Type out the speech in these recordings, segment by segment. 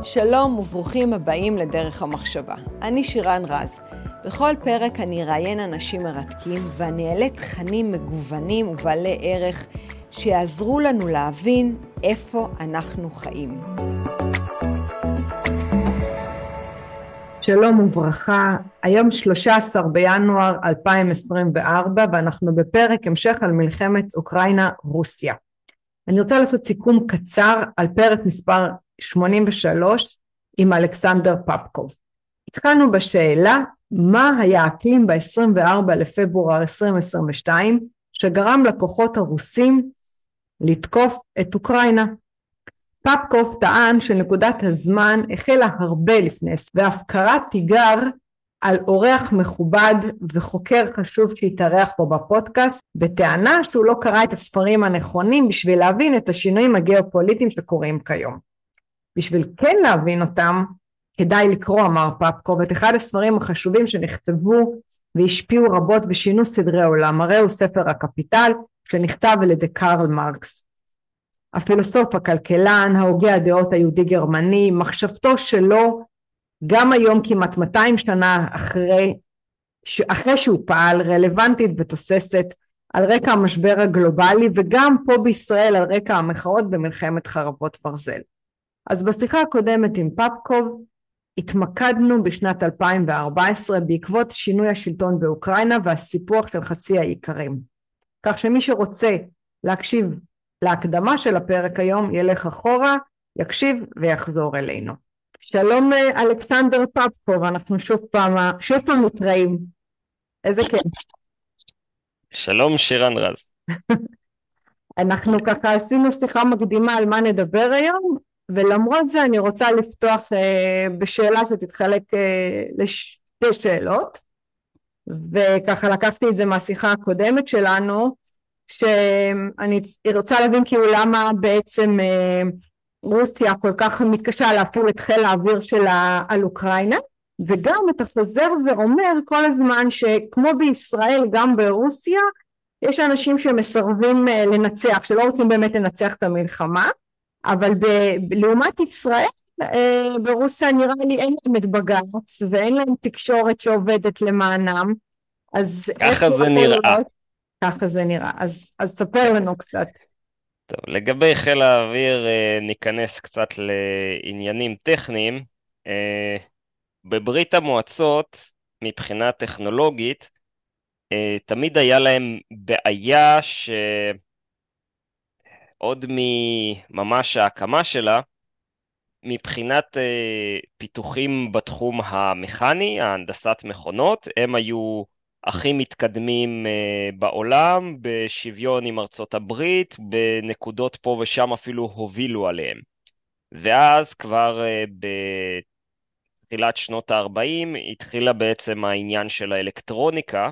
שלום וברוכים הבאים לדרך המחשבה. אני שירן רז. בכל פרק אני אראיין אנשים מרתקים ואני אעלה תכנים מגוונים ובעלי ערך שיעזרו לנו להבין איפה אנחנו חיים. שלום וברכה, היום 13 בינואר 2024 ואנחנו בפרק המשך על מלחמת אוקראינה-רוסיה. אני רוצה לעשות סיכום קצר על פרק מספר 83 עם אלכסנדר פפקוב. התחלנו בשאלה מה היה האקלים ב-24 לפברואר 2022 שגרם לכוחות הרוסים לתקוף את אוקראינה. פפקוב טען שנקודת הזמן החלה הרבה לפני ואף קרא תיגר על אורח מכובד וחוקר חשוב שהתארח פה בפודקאסט בטענה שהוא לא קרא את הספרים הנכונים בשביל להבין את השינויים הגיאופוליטיים שקורים כיום. בשביל כן להבין אותם כדאי לקרוא, אמר פפקוב, את אחד הספרים החשובים שנכתבו והשפיעו רבות ושינו סדרי עולם, הרי הוא ספר הקפיטל שנכתב על ידי קרל מרקס. הפילוסוף, הכלכלן, ההוגה הדעות היהודי גרמני, מחשבתו שלו גם היום כמעט 200 שנה אחרי שהוא פעל רלוונטית ותוססת על רקע המשבר הגלובלי וגם פה בישראל על רקע המחאות במלחמת חרבות ברזל. אז בשיחה הקודמת עם פפקוב התמקדנו בשנת 2014 בעקבות שינוי השלטון באוקראינה והסיפוח של חצי האי קרים. כך שמי שרוצה להקשיב להקדמה של הפרק היום ילך אחורה, יקשיב ויחזור אלינו. שלום אלכסנדר פפקוב, אנחנו שוב פעם מתראים. איזה כיף. שלום שירן רז. אנחנו ככה עשינו שיחה מקדימה על מה נדבר היום, ולמרות זה אני רוצה לפתוח בשאלה שתתחלק לשתי שאלות, וככה לקחתי את זה מהשיחה הקודמת שלנו, שאני רוצה להבין כאילו למה בעצם רוסיה כל כך מתקשה להפעיל את חיל האוויר שלה על אוקראינה, וגם אתה חוזר ואומר כל הזמן שכמו בישראל גם ברוסיה, יש אנשים שמסרבים לנצח, שלא רוצים באמת לנצח את המלחמה, אבל לעומת ישראל, ברוסיה נראה לי אין להם את בג"ץ, ואין להם תקשורת שעובדת למענם, אז ככה זה נראה. ככה זה נראה, אז ספר לנו קצת. טוב, לגבי חיל האוויר ניכנס קצת לעניינים טכניים. בברית המועצות, מבחינה טכנולוגית, תמיד היה להם בעיה שעוד ממש ההקמה שלה, מבחינת פיתוחים בתחום המכני, ההנדסת מכונות, הם היו הכי מתקדמים בעולם, בשוויון עם ארצות הברית, בנקודות פה ושם אפילו הובילו עליהם. ואז כבר בתחילת שנות ה-40 התחילה בעצם העניין של האלקטרוניקה,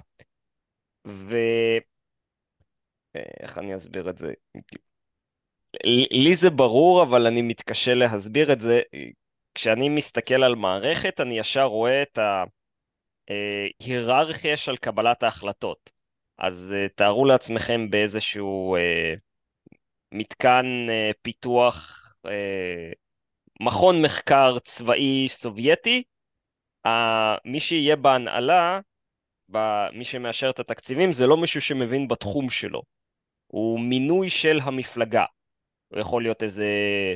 איך אני אסביר את זה? לי זה ברור, אבל אני מתקשה להסביר את זה. כשאני מסתכל על מערכת, אני ישר רואה את היררכיה של קבלת ההחלטות. אז תארו לעצמכם באיזשהו מתקן פיתוח, מכון מחקר צבאי סובייטי, מי שיהיה בהנהלה, מי שמאשר את התקציבים, זה לא מישהו שמבין בתחום שלו. הוא מינוי של המפלגה. הוא יכול להיות איזה,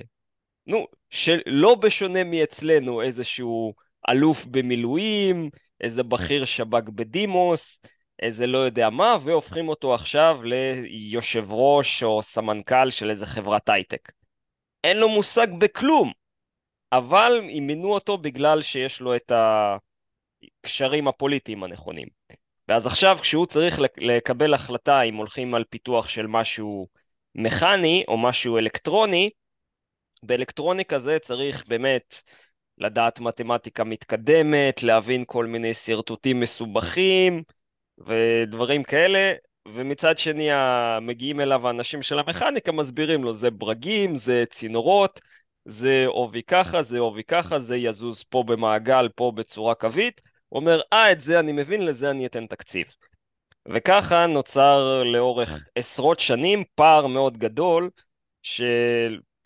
לא בשונה מאצלנו, איזשהו אלוף במילואים, איזה בכיר שב"כ בדימוס, איזה לא יודע מה, והופכים אותו עכשיו ליושב ראש או סמנכ"ל של איזה חברת הייטק. אין לו מושג בכלום, אבל ימינו אותו בגלל שיש לו את הקשרים הפוליטיים הנכונים. ואז עכשיו כשהוא צריך לקבל החלטה אם הולכים על פיתוח של משהו מכני או משהו אלקטרוני, באלקטרוניקה זה צריך באמת לדעת מתמטיקה מתקדמת, להבין כל מיני סרטוטים מסובכים ודברים כאלה, ומצד שני מגיעים אליו האנשים של המכניקה, מסבירים לו זה ברגים, זה צינורות, זה עובי ככה, זה עובי ככה, זה יזוז פה במעגל, פה בצורה קווית, הוא אומר, את זה אני מבין, לזה אני אתן תקציב. וככה נוצר לאורך עשרות שנים פער מאוד גדול של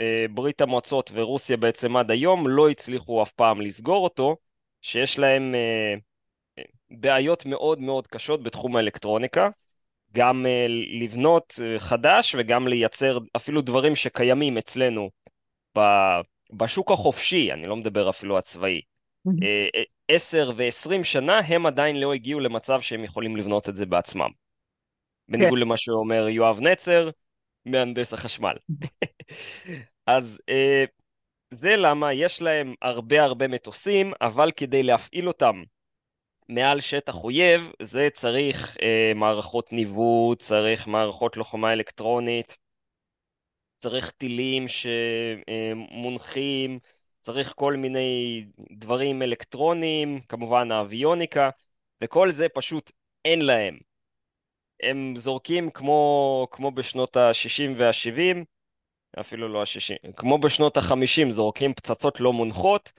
ברית המועצות ורוסיה בעצם עד היום לא הצליחו אף פעם לסגור אותו, שיש להם בעיות מאוד מאוד קשות בתחום האלקטרוניקה, גם לבנות חדש וגם לייצר אפילו דברים שקיימים אצלנו בשוק החופשי, אני לא מדבר אפילו הצבאי. 10 ו-20 שנה הם עדיין לא הגיעו למצב שהם יכולים לבנות את זה בעצמם. כן. בניגוד למה שאומר יואב נצר, מהנדס החשמל. אז זה למה יש להם הרבה הרבה מטוסים, אבל כדי להפעיל אותם מעל שטח אויב, זה צריך מערכות ניווט, צריך מערכות לוחמה אלקטרונית, צריך טילים שמונחים, צריך כל מיני דברים אלקטרוניים, כמובן האוויוניקה, וכל זה פשוט אין להם. הם זורקים כמו בשנות ה-60 וה-70, אפילו לא ה-60, כמו בשנות ה-50 זורקים פצצות לא מונחות,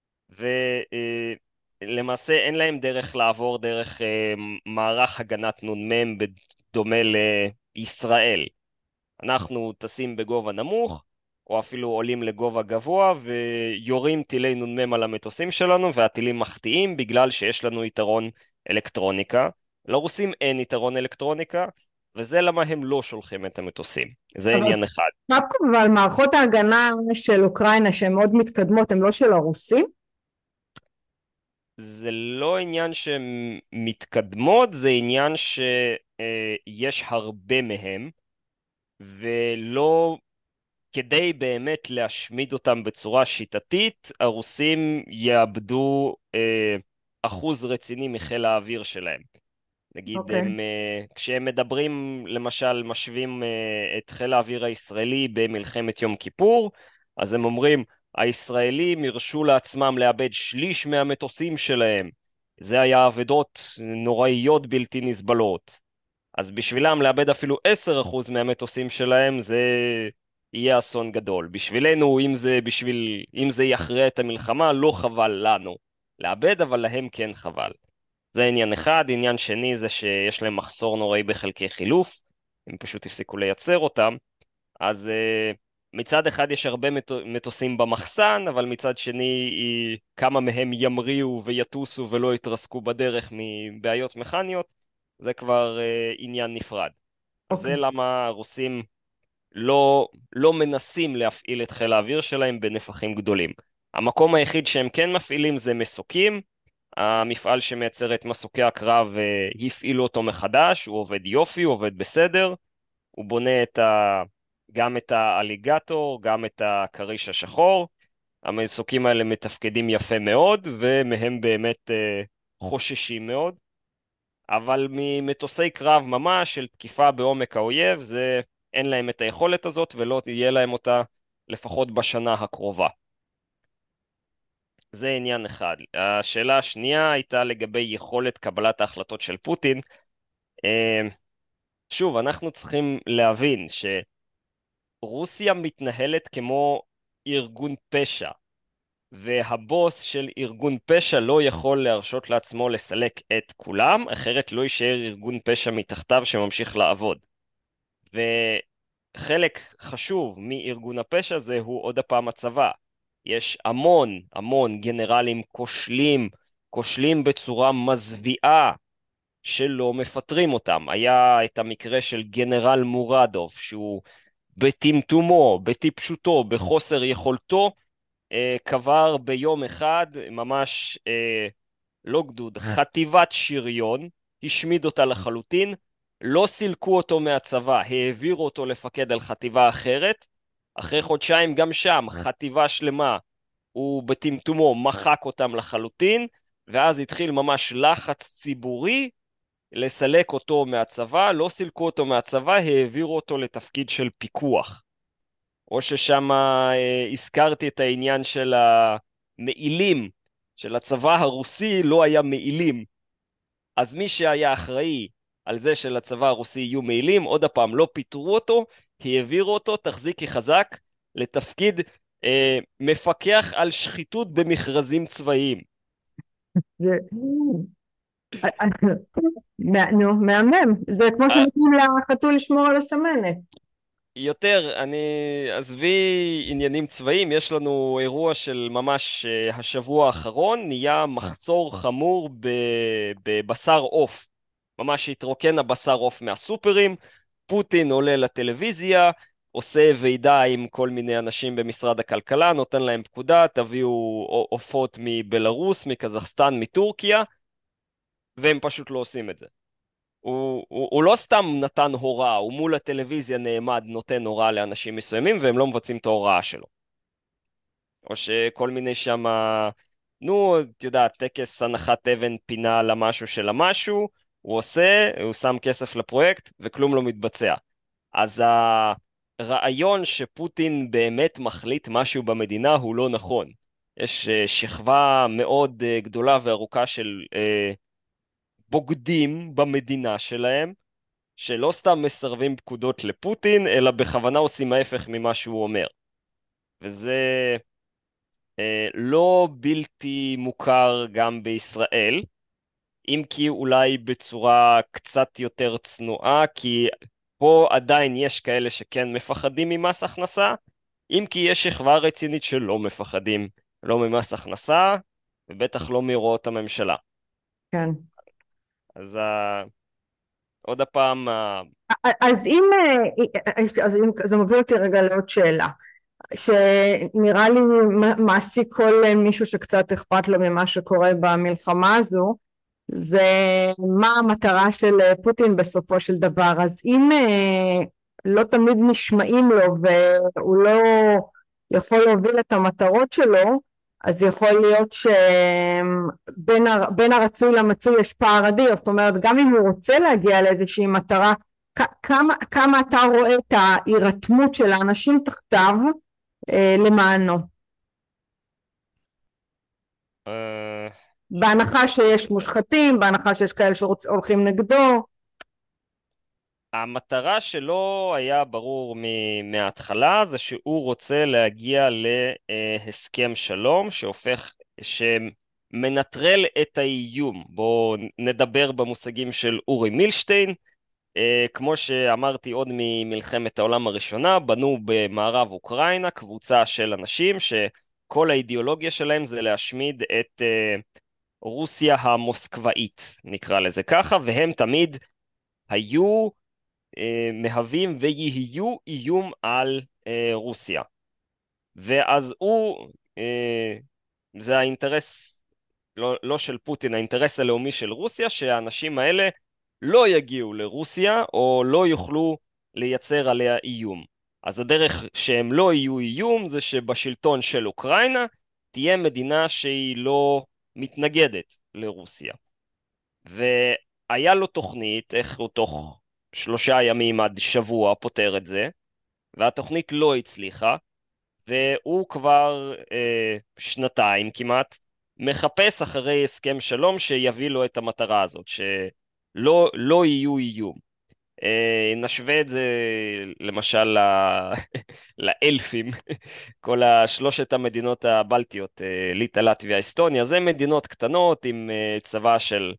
ולמעשה אין להם דרך לעבור דרך מערך הגנת נ"מ בדומה לישראל. אנחנו טסים בגובה נמוך, או אפילו עולים לגובה גבוה, ויורים טילי נ"מ על המטוסים שלנו, והטילים מחטיאים בגלל שיש לנו יתרון אלקטרוניקה. לרוסים אין יתרון אלקטרוניקה, וזה למה הם לא שולחים את המטוסים. זה אבל עניין אחד. אבל מערכות ההגנה של אוקראינה שהן מאוד מתקדמות, הן לא של הרוסים? זה לא עניין שהן מתקדמות, זה עניין שיש הרבה מהם, ולא כדי באמת להשמיד אותם בצורה שיטתית, הרוסים יאבדו אחוז רציני מחיל האוויר שלהם. נגיד, אוקיי. כשהם מדברים, למשל, משווים את חיל האוויר הישראלי במלחמת יום כיפור, אז הם אומרים, הישראלים הרשו לעצמם לאבד שליש מהמטוסים שלהם. זה היה אבדות נוראיות בלתי נסבלות. אז בשבילם לאבד אפילו 10% מהמטוסים שלהם זה יהיה אסון גדול. בשבילנו, אם זה יכריע את המלחמה, לא חבל לנו לאבד, אבל להם כן חבל. זה עניין אחד. עניין שני זה שיש להם מחסור נוראי בחלקי חילוף, הם פשוט הפסיקו לייצר אותם. אז מצד אחד יש הרבה מטוסים במחסן, אבל מצד שני כמה מהם ימריאו ויטוסו ולא יתרסקו בדרך מבעיות מכניות, זה כבר עניין נפרד. אז אוקיי. זה למה הרוסים לא מנסים להפעיל את חיל האוויר שלהם בנפחים גדולים. המקום היחיד שהם כן מפעילים זה מסוקים. המפעל שמייצר את מסוקי הקרב הפעילו אותו מחדש, הוא עובד יופי, הוא עובד בסדר, הוא בונה גם את האליגטור, גם את הכריש השחור. המסוקים האלה מתפקדים יפה מאוד, ומהם באמת חוששים מאוד. אבל ממטוסי קרב ממש של תקיפה בעומק האויב, אין להם את היכולת הזאת ולא תהיה להם אותה לפחות בשנה הקרובה. זה עניין אחד. השאלה השנייה הייתה לגבי יכולת קבלת ההחלטות של פוטין. שוב, אנחנו צריכים להבין שרוסיה מתנהלת כמו ארגון פשע, והבוס של ארגון פשע לא יכול להרשות לעצמו לסלק את כולם, אחרת לא יישאר ארגון פשע מתחתיו שממשיך לעבוד. וחלק חשוב מארגון הפשע זה הוא עוד הפעם הצבא. יש המון גנרלים כושלים בצורה מזוויעה שלא מפטרים אותם. היה את המקרה של גנרל מורדוב, שהוא בטמטומו, בטיפשותו, בחוסר יכולתו, קבר ביום אחד, ממש לא גדוד, חטיבת שריון, השמיד אותה לחלוטין, לא סילקו אותו מהצבא, העבירו אותו לפקד על חטיבה אחרת, אחרי חודשיים גם שם, חטיבה שלמה, הוא בטמטומו מחק אותם לחלוטין, ואז התחיל ממש לחץ ציבורי לסלק אותו מהצבא, לא סילקו אותו מהצבא, העבירו אותו לתפקיד של פיקוח. או ששם הזכרתי את העניין של המעילים, של הצבא הרוסי לא היה מעילים. אז מי שהיה אחראי על זה שלצבא הרוסי יהיו מעילים, עוד הפעם לא פיטרו אותו, העבירו אותו, תחזיקי חזק, לתפקיד מפקח על שחיתות במכרזים צבאיים. נו, מהמם. זה כמו שנותנים לחתול לשמור על השמנת. יותר, עזבי עניינים צבאיים, יש לנו אירוע של ממש השבוע האחרון, נהיה מחסור חמור בבשר עוף. ממש התרוקן הבשר עוף מהסופרים, פוטין עולה לטלוויזיה, עושה ועידה עם כל מיני אנשים במשרד הכלכלה, נותן להם פקודה, תביאו עופות מבלרוס, מקזחסטן, מטורקיה, והם פשוט לא עושים את זה. הוא לא סתם נתן הוראה, הוא מול הטלוויזיה נעמד, נותן הוראה לאנשים מסוימים, והם לא מבצעים את ההוראה שלו. או שכל מיני שם, נו, את יודעת, טקס הנחת אבן פינה למשהו של המשהו, הוא עושה, הוא שם כסף לפרויקט, וכלום לא מתבצע. אז הרעיון שפוטין באמת מחליט משהו במדינה הוא לא נכון. יש שכבה מאוד גדולה וארוכה של בוגדים במדינה שלהם, שלא סתם מסרבים פקודות לפוטין, אלא בכוונה עושים ההפך ממה שהוא אומר. וזה לא בלתי מוכר גם בישראל, אם כי אולי בצורה קצת יותר צנועה, כי פה עדיין יש כאלה שכן מפחדים ממס הכנסה, אם כי יש שכבה רצינית שלא מפחדים, לא ממס הכנסה, ובטח לא מהוראות הממשלה. כן. אז עוד הפעם, אז אם זה מוביל אותי רגע לעוד שאלה, שנראה לי מעסיק כל מישהו שקצת אכפת לו ממה שקורה במלחמה הזו, זה מה המטרה של פוטין בסופו של דבר. אז אם לא תמיד נשמעים לו והוא לא יכול להוביל את המטרות שלו, אז יכול להיות שבין הרצוי למצוי יש פער אדיר. זאת אומרת, גם אם הוא רוצה להגיע לאיזושהי מטרה, כמה אתה רואה את ההירתמות של האנשים תחתיו למענו, אה, בהנחה שיש מושחתים, בהנחה שיש כאלה שהולכים נגדו. המטרה שלו היה ברור מההתחלה, זה שהוא רוצה להגיע להסכם שלום שמנטרל את האיום. בואו נדבר במושגים של אורי מילשטיין. כמו שאמרתי עוד ממלחמת העולם הראשונה, בנו במערב אוקראינה קבוצה של אנשים שכל האידיאולוגיה שלהם זה להשמיד את רוסיה המוסקבאית, נקרא לזה ככה, והם תמיד היו מהווים ויהיו איום על רוסיה. ואז זה האינטרס, לא של פוטין, האינטרס הלאומי של רוסיה, שהאנשים האלה לא יגיעו לרוסיה או לא יוכלו לייצר עליה איום. אז הדרך שהם לא יהיו איום זה שבשלטון של אוקראינה תהיה מדינה שהיא לא מתנגדת לרוסיה. והיה לו תוכנית איך הוא תוך 3 ימים עד שבוע פותר את זה, והתוכנית לא הצליחה, והוא כבר 2 שנתיים כמעט מחפש אחרי הסכם שלום שיביא לו את המטרה הזאת, שלא יהיו איום. נשווה את זה למשל לאלפים, כל 3 המדינות הבלטיות, ליטא, לטביה, אסטוניה, זה מדינות קטנות עם צבא של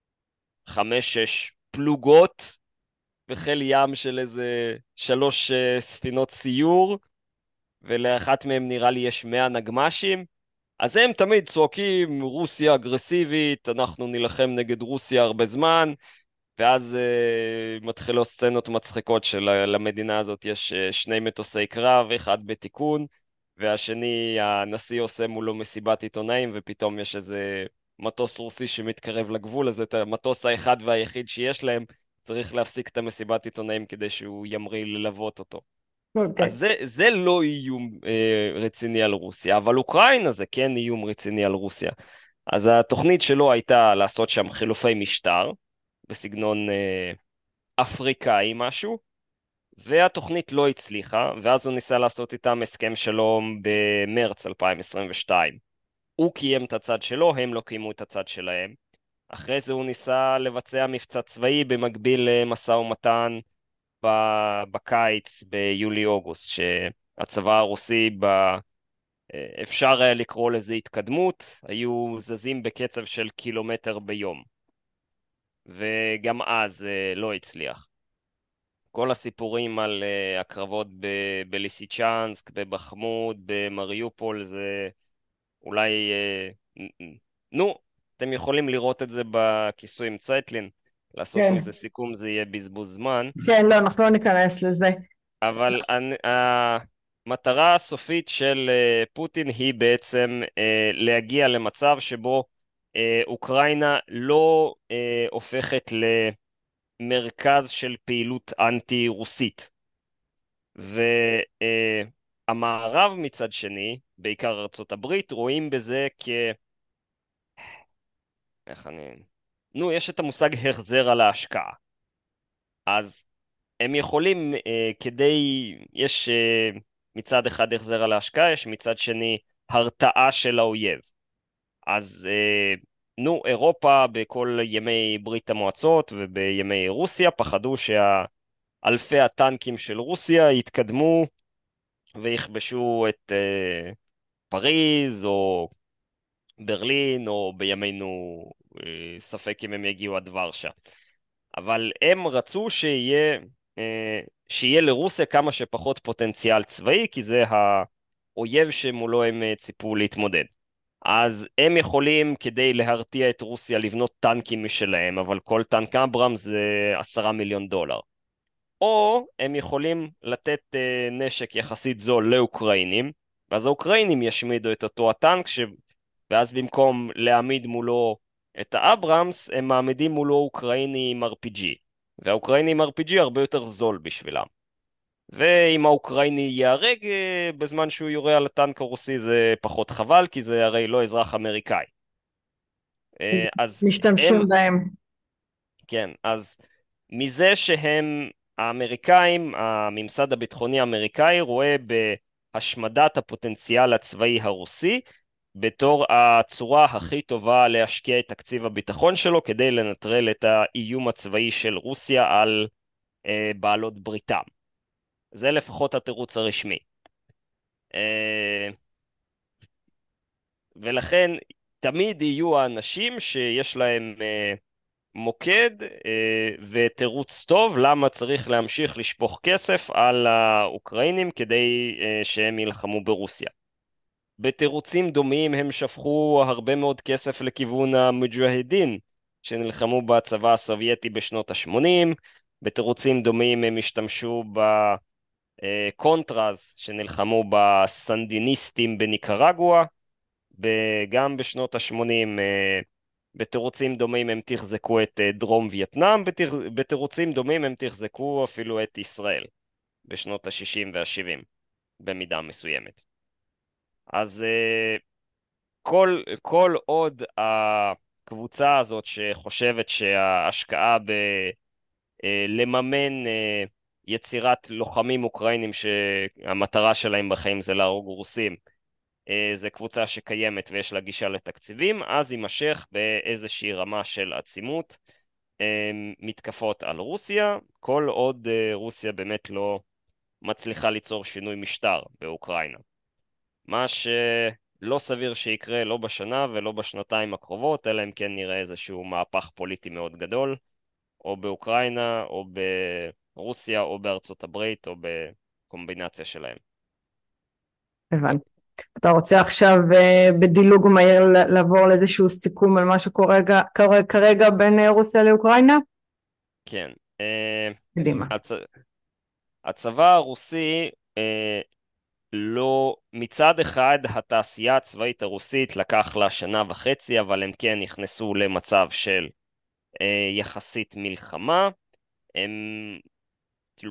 5-6 פלוגות, וחיל ים של איזה 3 ספינות סיור, ולאחת מהם נראה לי יש 100 נגמ"שים, אז הם תמיד צועקים רוסיה אגרסיבית, אנחנו נילחם נגד רוסיה הרבה זמן, ואז מתחילות סצנות מצחיקות שלמדינה הזאת יש 2 מטוסי קרב, אחד בתיקון, והשני, הנשיא עושה מולו מסיבת עיתונאים, ופתאום יש איזה מטוס רוסי שמתקרב לגבול, אז את המטוס האחד והיחיד שיש להם, צריך להפסיק את המסיבת עיתונאים כדי שהוא ימריא ללוות אותו. אוקיי. אז זה לא איום רציני על רוסיה, אבל אוקראינה זה כן איום רציני על רוסיה. אז התוכנית שלו הייתה לעשות שם חילופי משטר, בסגנון אפריקאי משהו, והתוכנית לא הצליחה, ואז הוא ניסה לעשות איתם הסכם שלום במרץ 2022. הוא קיים את הצד שלו, הם לא קיימו את הצד שלהם. אחרי זה הוא ניסה לבצע מבצע צבאי במקביל למשא ומתן בקיץ, ביולי-אוגוסט, שהצבא הרוסי, אפשר היה לקרוא לזה התקדמות, היו זזים בקצב של קילומטר ביום. וגם אז לא הצליח. כל הסיפורים על הקרבות בליסיצ'נסק, בבחמוד, במריופול, זה אולי, נו, אתם יכולים לראות את זה בכיסוי עם צייטלין, לעשות כן, מזה סיכום זה יהיה בזבוז זמן, כן, לא, אנחנו לא ניכנס לזה. אבל המטרה הסופית של פוטין היא בעצם להגיע למצב שבו אוקראינה לא הופכת למרכז של פעילות אנטי-רוסית. והמערב מצד שני, בעיקר ארצות הברית, רואים בזה איך אני... נו, יש את המושג החזר על ההשקעה. אז הם יכולים יש מצד אחד החזר על ההשקעה, יש מצד שני הרתעה של האויב. אז נו, אירופה בכל ימי ברית המועצות ובימי רוסיה פחדו שהאלפי הטנקים של רוסיה יתקדמו ויכבשו את פריז או ברלין, או בימינו ספק אם הם יגיעו עד ורשה. אבל הם רצו שיהיה לרוסיה כמה שפחות פוטנציאל צבאי, כי זה האויב שמולו הם ציפו להתמודד. אז הם יכולים כדי להרתיע את רוסיה לבנות טנקים משלהם, אבל כל טנק אברהם זה 10 מיליון דולר. או הם יכולים לתת נשק יחסית זול לאוקראינים, ואז האוקראינים ישמידו את אותו הטנק, ואז במקום להעמיד מולו את האברהמס, הם מעמידים מולו אוקראיני עם RPG. והאוקראיני עם RPG הרבה יותר זול בשבילם. ואם האוקראיני ייהרג בזמן שהוא יורה על הטנק הרוסי זה פחות חבל, כי זה הרי לא אזרח אמריקאי. אז הם, משתמשים בהם. כן, אז מזה שהם האמריקאים, הממסד הביטחוני האמריקאי רואה בהשמדת הפוטנציאל הצבאי הרוסי, בתור הצורה הכי טובה להשקיע את תקציב הביטחון שלו כדי לנטרל את האיום הצבאי של רוסיה על בעלות בריתם. זה לפחות התירוץ הרשמי. ולכן תמיד יהיו האנשים שיש להם מוקד ותירוץ טוב למה צריך להמשיך לשפוך כסף על האוקראינים כדי שהם ילחמו ברוסיה. בתירוצים דומים הם שפכו הרבה מאוד כסף לכיוון המג'והדין שנלחמו בצבא הסובייטי בשנות ה-80, בתירוצים דומים הם השתמשו בקונטרז שנלחמו בסנדיניסטים בניקרגואה, גם בשנות ה-80, בתירוצים דומים הם תחזקו את דרום וייטנאם, בתירוצים דומים הם תחזקו אפילו את ישראל בשנות ה-60 וה-70 במידה מסוימת. אז כל עוד הקבוצה הזאת שחושבת שההשקעה בלממן יצירת לוחמים אוקראינים שהמטרה שלהם בחיים זה להרוג רוסים, זה קבוצה שקיימת ויש לה גישה לתקציבים, אז יימשך באיזושהי רמה של עצימות מתקפות על רוסיה, כל עוד רוסיה באמת לא מצליחה ליצור שינוי משטר באוקראינה. מה שלא סביר שיקרה לא בשנה ולא בשנתיים הקרובות, אלא אם כן נראה איזשהו מהפך פוליטי מאוד גדול, או באוקראינה, או ברוסיה, או בארצות הברית, או בקומבינציה שלהם. הבנתי. אתה רוצה עכשיו בדילוג מהיר לעבור לאיזשהו סיכום על מה שקורה כרגע בין רוסיה לאוקראינה? כן. קדימה. הצבא הרוסי לא, מצד אחד התעשייה הצבאית הרוסית לקח לה שנה וחצי, אבל הם כן נכנסו למצב של יחסית מלחמה. הם, כאילו,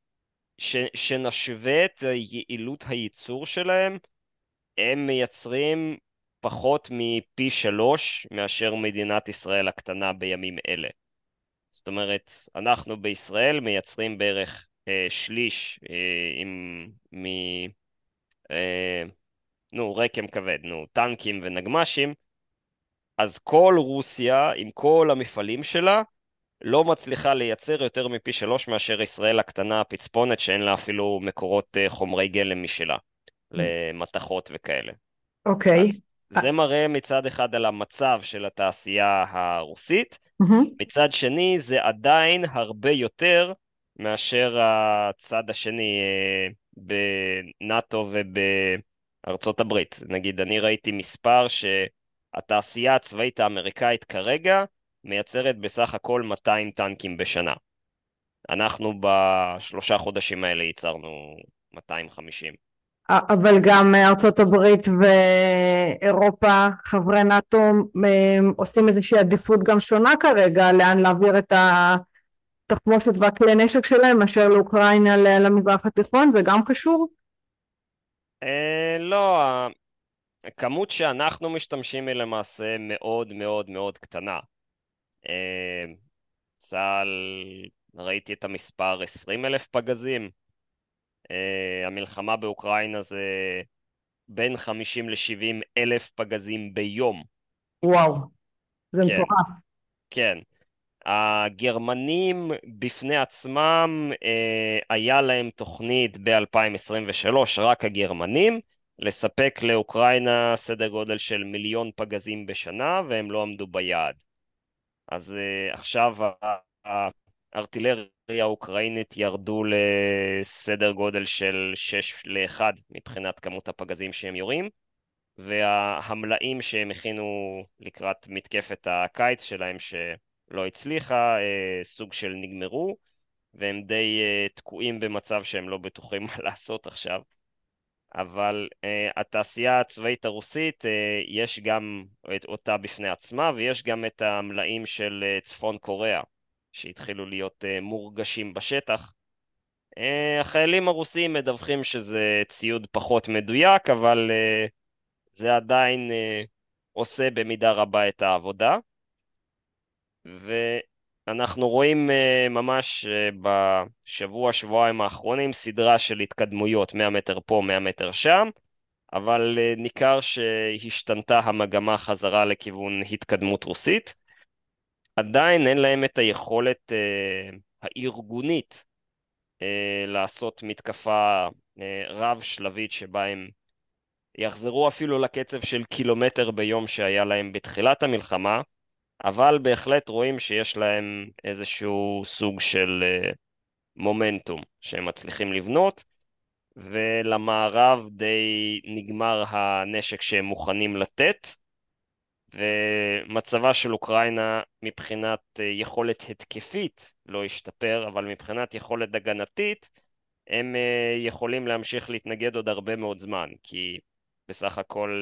שנשווה את יעילות הייצור שלהם, הם מייצרים פחות מפי 3 מאשר מדינת ישראל הקטנה בימים אלה. זאת אומרת, אנחנו בישראל מייצרים בערך שליש רקם כבד, טנקים ונגמשים, אז כל רוסיה עם כל המפעלים שלה לא מצליחה לייצר יותר מפי 3 מאשר ישראל הקטנה הפצפונת שאין לה אפילו מקורות חומרי גלם משלה, למתכות וכאלה. אוקיי. אז זה מראה מצד אחד על המצב של התעשייה הרוסית, מצד שני זה עדיין הרבה יותר מאשר הצד השני בנאטו ובארצות הברית. נגיד, אני ראיתי מספר שהתעשייה הצבאית האמריקאית כרגע מייצרת בסך הכל 200 טנקים בשנה. אנחנו בשלושה חודשים האלה ייצרנו 250. אבל גם ארצות הברית ואירופה, חברי נאט"ו, עושים איזושהי עדיפות גם שונה כרגע, לאן להעביר את התחמושת והכלי נשק שלהם, מאשר לאוקראינה למזרח התיכון, זה גם קשור? לא, הכמות שאנחנו משתמשים היא למעשה מאוד מאוד מאוד קטנה. אה, צה"ל, ראיתי את המספר 20,000 פגזים. המלחמה באוקראינה זה בין 50 ל-70 אלף פגזים ביום. וואו, זה כן, מטורף. כן. הגרמנים בפני עצמם, היה להם תוכנית ב-2023, רק הגרמנים, לספק לאוקראינה סדר גודל של 1,000,000 פגזים בשנה, והם לא עמדו ביעד. אז עכשיו הארטילריה האוקראינית ירדו לסדר גודל של 6-1 מבחינת כמות הפגזים שהם יורים, והמלאים שהם הכינו לקראת מתקפת הקיץ שלהם שלא הצליחה, סוג של נגמרו, והם די תקועים במצב שהם לא בטוחים מה לעשות עכשיו. אבל התעשייה הצבאית הרוסית, יש גם את אותה בפני עצמה, ויש גם את המלאים של צפון קוריאה, שהתחילו להיות מורגשים בשטח. החיילים הרוסים מדווחים שזה ציוד פחות מדויק, אבל זה עדיין עושה במידה רבה את העבודה. ואנחנו רואים ממש בשבוע, שבועיים האחרונים, סדרה של התקדמויות 100 מטר פה, 100 מטר שם, אבל ניכר שהשתנתה המגמה חזרה לכיוון התקדמות רוסית. עדיין אין להם את היכולת הארגונית לעשות מתקפה רב שלבית שבה הם יחזרו אפילו לקצב של קילומטר ביום שהיה להם בתחילת המלחמה, אבל בהחלט רואים שיש להם איזשהו סוג של מומנטום שהם מצליחים לבנות, ולמערב די נגמר הנשק שהם מוכנים לתת, ומצבה של אוקראינה מבחינת יכולת התקפית לא השתפר, אבל מבחינת יכולת הגנתית הם יכולים להמשיך להתנגד עוד הרבה מאוד זמן, כי בסך הכל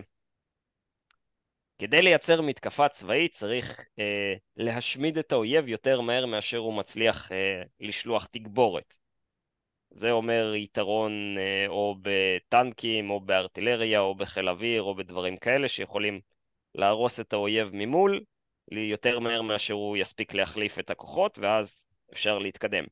כדי לייצר מתקפה צבאית צריך להשמיד את האויב יותר מהר מאשר הוא מצליח לשלוח תגבורת. זה אומר יתרון או בטנקים או בארטילריה או בחיל אוויר או בדברים כאלה שיכולים להרוס את האויב ממול יותר מהר מאשר הוא יספיק להחליף את הכוחות, ואז אפשר להתקדם.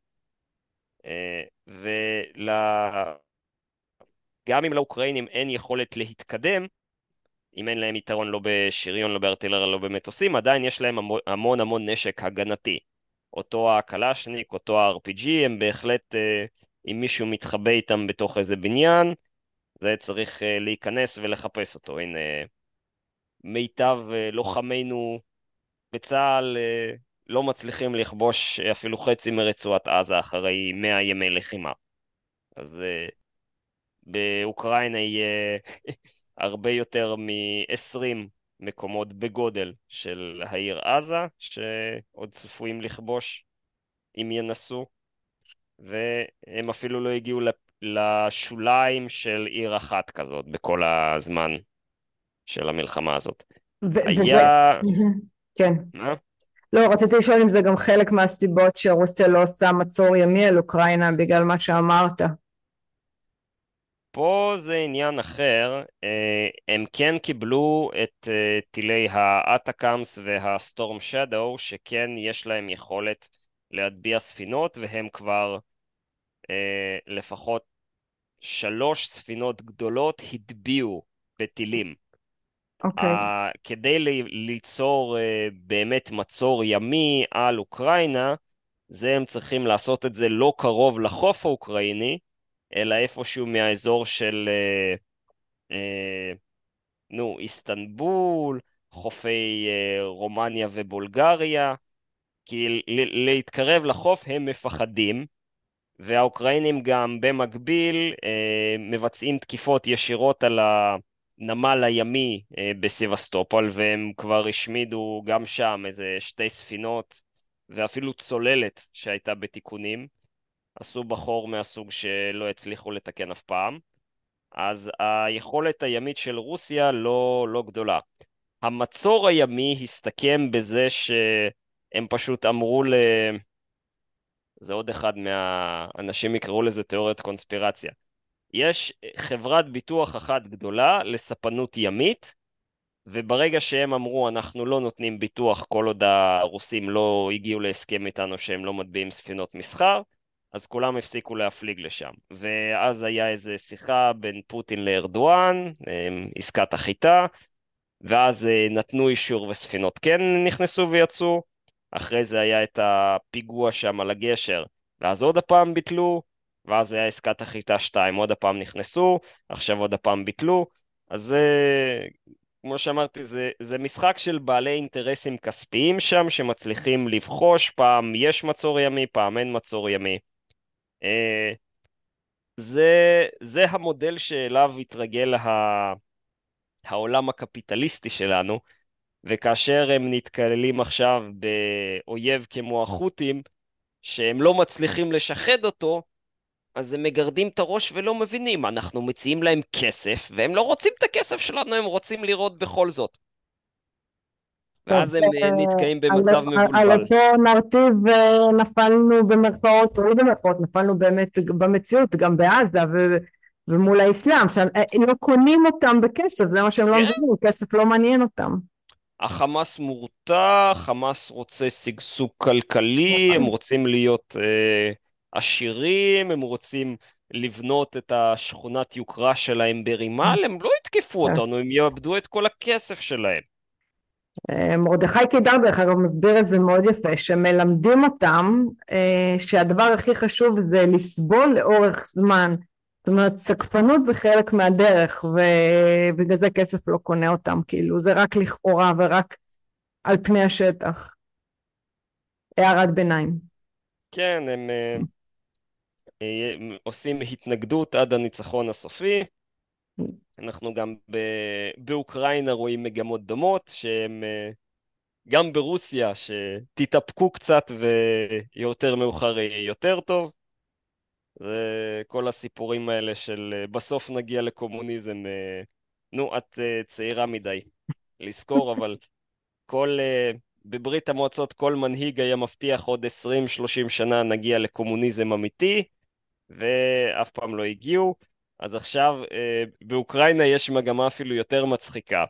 גם אם לאוקראינים אין יכולת להתקדם, אם אין להם יתרון לא בשריון, לא בארטילריה, לא במטוסים, עדיין יש להם המון המון נשק הגנתי. אותו הקלשניק, אותו ה-RPG, הם בהחלט, אם מישהו מתחבא איתם בתוך איזה בניין, זה צריך להיכנס ולחפש אותו. הנה, מיטב לוחמינו בצה"ל לא מצליחים לכבוש אפילו חצי מרצועת עזה אחרי 100 ימי לחימה. אז באוקראינה יהיה הרבה יותר מ-20 מקומות בגודל של העיר עזה, שעוד צפויים לכבוש אם ינסו, והם אפילו לא הגיעו לשוליים של עיר אחת כזאת בכל הזמן של המלחמה הזאת. וזה, היה... כן. מה? לא, רציתי לשאול אם זה גם חלק מהסיבות שרוסיה לא עושה מצור ימי על אוקראינה בגלל מה שאמרת. פה זה עניין אחר, הם כן קיבלו את טילי האטאקאמס והסטורם שדו, שכן יש להם יכולת להטביע ספינות, והם כבר לפחות 3 ספינות גדולות הטביעו בטילים. אוקיי. כדי ליצור באמת מצור ימי על אוקראינה, זה הם צריכים לעשות את זה לא קרוב לחוף האוקראיני, אלא איפשהו מהאזור של, איסטנבול, חופי רומניה ובולגריה, כי להתקרב לחוף הם מפחדים, והאוקראינים גם במקביל מבצעים תקיפות ישירות על הנמל הימי בסיבסטופול, והם כבר השמידו גם שם איזה 2 ספינות, ואפילו צוללת שהייתה בתיקונים, עשו בחור מהסוג שלא הצליחו לתקן אף פעם. אז היכולת הימית של רוסיה לא גדולה. המצור הימי הסתכם בזה שהם פשוט אמרו זה עוד אחד מהאנשים יקראו לזה תיאוריית קונספירציה. יש חברת ביטוח אחת גדולה לספנות ימית, וברגע שהם אמרו אנחנו לא נותנים ביטוח כל עוד הרוסים לא הגיעו להסכם איתנו שהם לא מטביעים ספינות מסחר, אז כולם הפסיקו להפליג לשם. ואז היה איזו שיחה בין פוטין לארדואן, עסקת החיטה, ואז נתנו אישור וספינות כן נכנסו ויצאו. אחרי זה היה את הפיגוע שם על הגשר, ואז עוד הפעם ביטלו, ואז היה עסקת החיטה 2, עוד הפעם נכנסו, עכשיו עוד הפעם ביטלו. אז זה, כמו שאמרתי, זה משחק של בעלי אינטרסים כספיים שם, שמצליחים לבחוש, פעם יש מצור ימי, פעם אין מצור ימי. אה, זה המודל שאליו התרגל העולם הקפיטליסטי שלנו, וכאשר הם נתקלים עכשיו באויב כמו החות'ים, שהם לא מצליחים לשחד אותו, אז הם מגרדים את הראש ולא מבינים, אנחנו מציעים להם כסף, והם לא רוצים את הכסף שלנו, הם רוצים לראות בכל זאת. טוב, ואז הם נתקעים על במצב על מבולבל. אותו נרטיב נפלנו במרכאות, או לא במרכאות, נפלנו באמת במציאות, גם בעזה ומול האסלאם, שלא קונים אותם בכסף, זה מה שהם לא כן, מבינים, כסף לא מעניין אותם. החמאס מורתע, חמאס רוצה שגשוג כלכלי, הם רוצים להיות עשירים, הם רוצים לבנות את השכונת יוקרה שלהם ברימל, הם לא יתקפו אותנו, הם יאבדו את כל הכסף שלהם. מרדכי קידר דרך אגב מסביר את זה מאוד יפה, שמלמדים אותם שהדבר הכי חשוב זה לסבול לאורך זמן, זאת אומרת סקפנות זה חלק מהדרך ובגלל זה כסף לא קונה אותם, כאילו זה רק לכאורה ורק על פני השטח. הערת ביניים. כן, הם עושים התנגדות עד הניצחון הסופי. אנחנו גם באוקראינה רואים מגמות דומות, שהם גם ברוסיה, שתתאפקו קצת ויותר מאוחר יהיה יותר טוב. זה כל הסיפורים האלה של בסוף נגיע לקומוניזם. נו, את צעירה מדי לזכור, אבל בברית המועצות כל מנהיג היה מבטיח עוד 20-30 שנה נגיע לקומוניזם אמיתי, ואף פעם לא הגיעו. אז עכשיו באוקראינה יש מגמה אפילו יותר מצחיקה.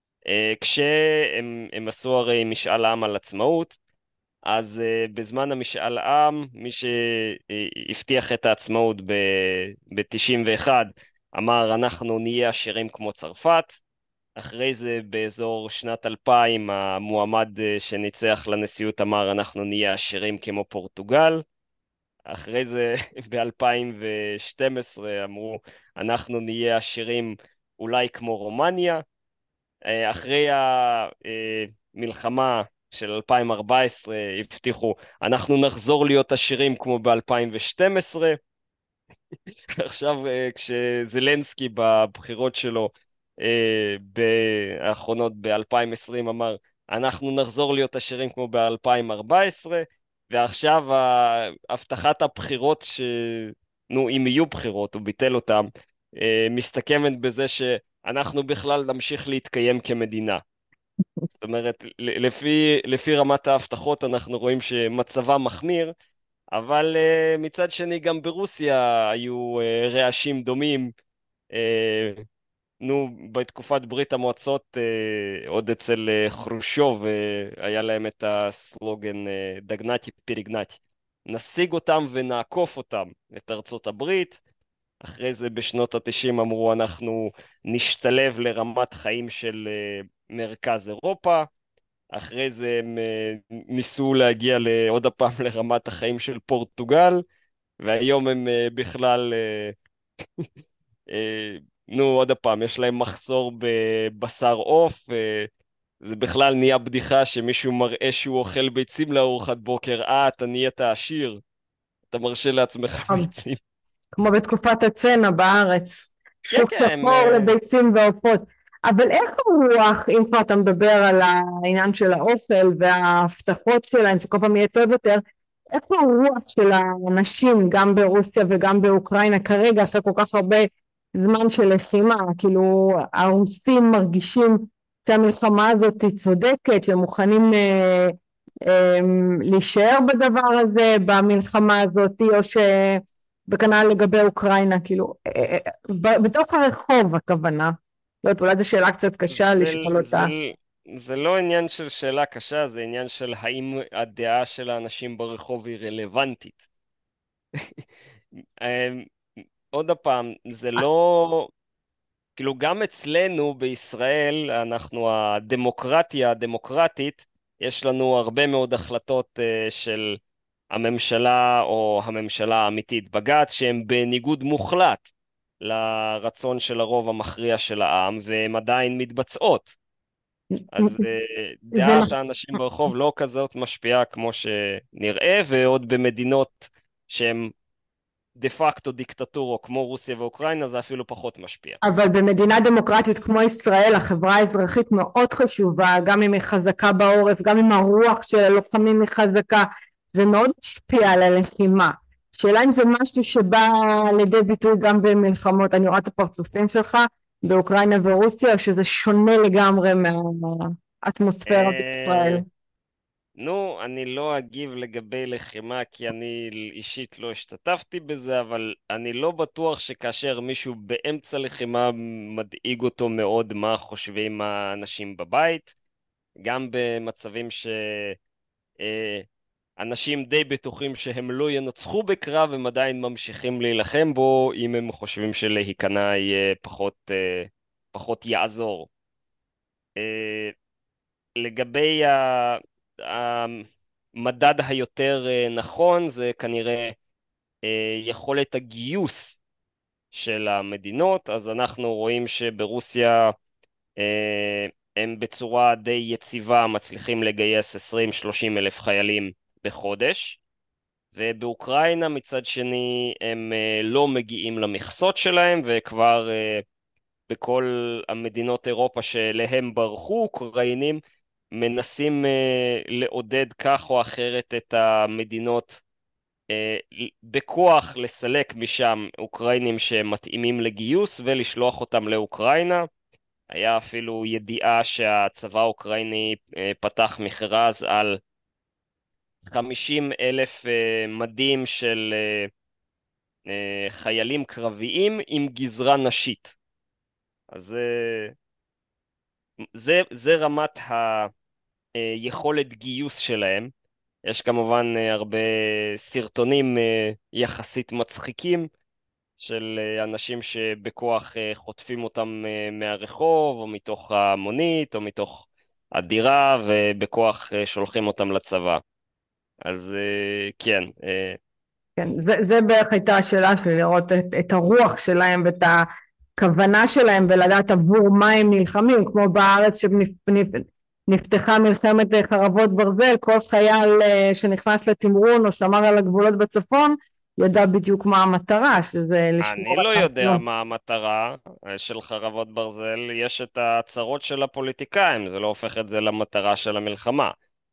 כשהם עשו הרי משאל עם על עצמאות, אז בזמן המשאל עם, מי שהבטיח את העצמאות ב-91 אמר אנחנו נהיה עשירים כמו צרפת. אחרי זה באזור שנת 2000 המועמד שניצח לנשיאות אמר אנחנו נהיה עשירים כמו פורטוגל. אחרי זה ב-2012 אמרו אנחנו נהיה עשירים אולי כמו רומניה. אחרי המלחמה של 2014 הבטיחו אנחנו נחזור להיות עשירים כמו ב-2012. עכשיו כשזלנסקי בבחירות שלו האחרונות ב-2020 אמר אנחנו נחזור להיות עשירים כמו ב-2014, ועכשיו הבטחת הבחירות נו אם יהיו בחירות הוא ביטל אותם, מסתכמת בזה שאנחנו בכלל נמשיך להתקיים כמדינה. זאת אומרת, לפי רמת ההבטחות אנחנו רואים שמצבה מחמיר, אבל מצד שני גם ברוסיה היו רעשים דומים. נו, בתקופת ברית המועצות, עוד אצל חרושוב, היה להם את הסלוגן דגנטי פריגנטי. נשיג אותם ונעקוף אותם, את ארצות הברית. אחרי זה בשנות ה-90 אמרו אנחנו נשתלב לרמת חיים של מרכז אירופה. אחרי זה הם ניסו להגיע עוד הפעם לרמת החיים של פורטוגל, והיום הם בכלל, נו עוד הפעם, יש להם מחסור בבשר עוף, זה בכלל נהיה בדיחה שמישהו מראה שהוא אוכל ביצים לארוחת בוקר, אתה נהיית עשיר, אתה מרשה לעצמך ביצים. כמו בתקופת הצנע בארץ, כן, שוק כן, שחור לביצים ועופות. אבל איך הרוח, אם כבר אתה מדבר על העניין של האוכל וההבטחות שלהם, שכל פעם יהיה טוב יותר, איך הרוח של האנשים, גם ברוסיה וגם באוקראינה, כרגע, אחרי כל כך הרבה זמן של לחימה, כאילו הרוסים מרגישים שהמלחמה הזאת היא צודקת, שהם מוכנים להישאר בדבר הזה, במלחמה הזאת, או וכנ"ל לגבי אוקראינה, כאילו, בתוך הרחוב הכוונה. לא יודעת, אולי זו שאלה קצת קשה זה, לשאול זה, אותה. זה לא עניין של שאלה קשה, זה עניין של האם הדעה של האנשים ברחוב היא רלוונטית. אמ, עוד פעם, זה לא... כאילו גם אצלנו בישראל, אנחנו הדמוקרטיה הדמוקרטית, יש לנו הרבה מאוד החלטות של הממשלה או הממשלה האמיתית, בג"ץ, שהן בניגוד מוחלט לרצון של הרוב המכריע של העם, והן עדיין מתבצעות. אז זה דעת נכון. האנשים ברחוב לא כזאת משפיעה כמו שנראה, ועוד במדינות שהן דה פקטו דיקטטורו כמו רוסיה ואוקראינה זה אפילו פחות משפיע. אבל במדינה דמוקרטית כמו ישראל, החברה האזרחית מאוד חשובה, גם אם היא חזקה בעורף, גם אם הרוח של הלוחמים היא חזקה, זה מאוד משפיע על הלחימה. שאלה אם זה משהו שבא לידי ביטוי גם במלחמות, אני רואה את הפרצופים שלך באוקראינה ורוסיה, או שזה שונה לגמרי מהאטמוספירה בישראל. אה, נו, אני לא אגיב לגבי לחימה כי אני אישית לא השתתפתי בזה, אבל אני לא בטוח שכאשר מישהו באמצע לחימה מדאיג אותו מאוד מה חושבים האנשים בבית, גם במצבים אנשים די בטוחים שהם לא ינצחו בקרב, הם עדיין ממשיכים להילחם בו, אם הם חושבים שלהיכנע יהיה פחות יעזור. לגבי המדד היותר נכון, זה כנראה יכולת הגיוס של המדינות, אז אנחנו רואים שברוסיה הם בצורה די יציבה מצליחים לגייס 20-30 אלף חיילים בחודש, ובאוקראינה מצד שני הם לא מגיעים למכסות שלהם, וכבר בכל המדינות אירופה שאליהם ברחו אוקראינים מנסים לעודד כך או אחרת את המדינות בכוח לסלק משם אוקראינים שמתאימים לגיוס ולשלוח אותם לאוקראינה. היה אפילו ידיעה שהצבא האוקראיני פתח מכרז על 50 אלף מדים של חיילים קרביים עם גזרה נשית. אז זה רמת היכולת גיוס שלהם. יש כמובן הרבה סרטונים יחסית מצחיקים של אנשים שבכוח חוטפים אותם מהרחוב או מתוך המונית או מתוך הדירה ובכוח שולחים אותם לצבא. אז כן, כן, זה בערך הייתה השאלה שלי, לראות את הרוח שלהם ואת הכוונה שלהם ולדעת עבור מה הם נלחמים, כמו בארץ שנפתחה מלחמת חרבות ברזל, כל חייל שנכנס לתמרון או שמר על הגבולות בצפון, ידע בדיוק מה המטרה, שזה אני לשמור לא על יודע העצמאות. מה המטרה של חרבות ברזל, יש את ההצהרות של הפוליטיקאים, זה לא הופך את זה למטרה של המלחמה.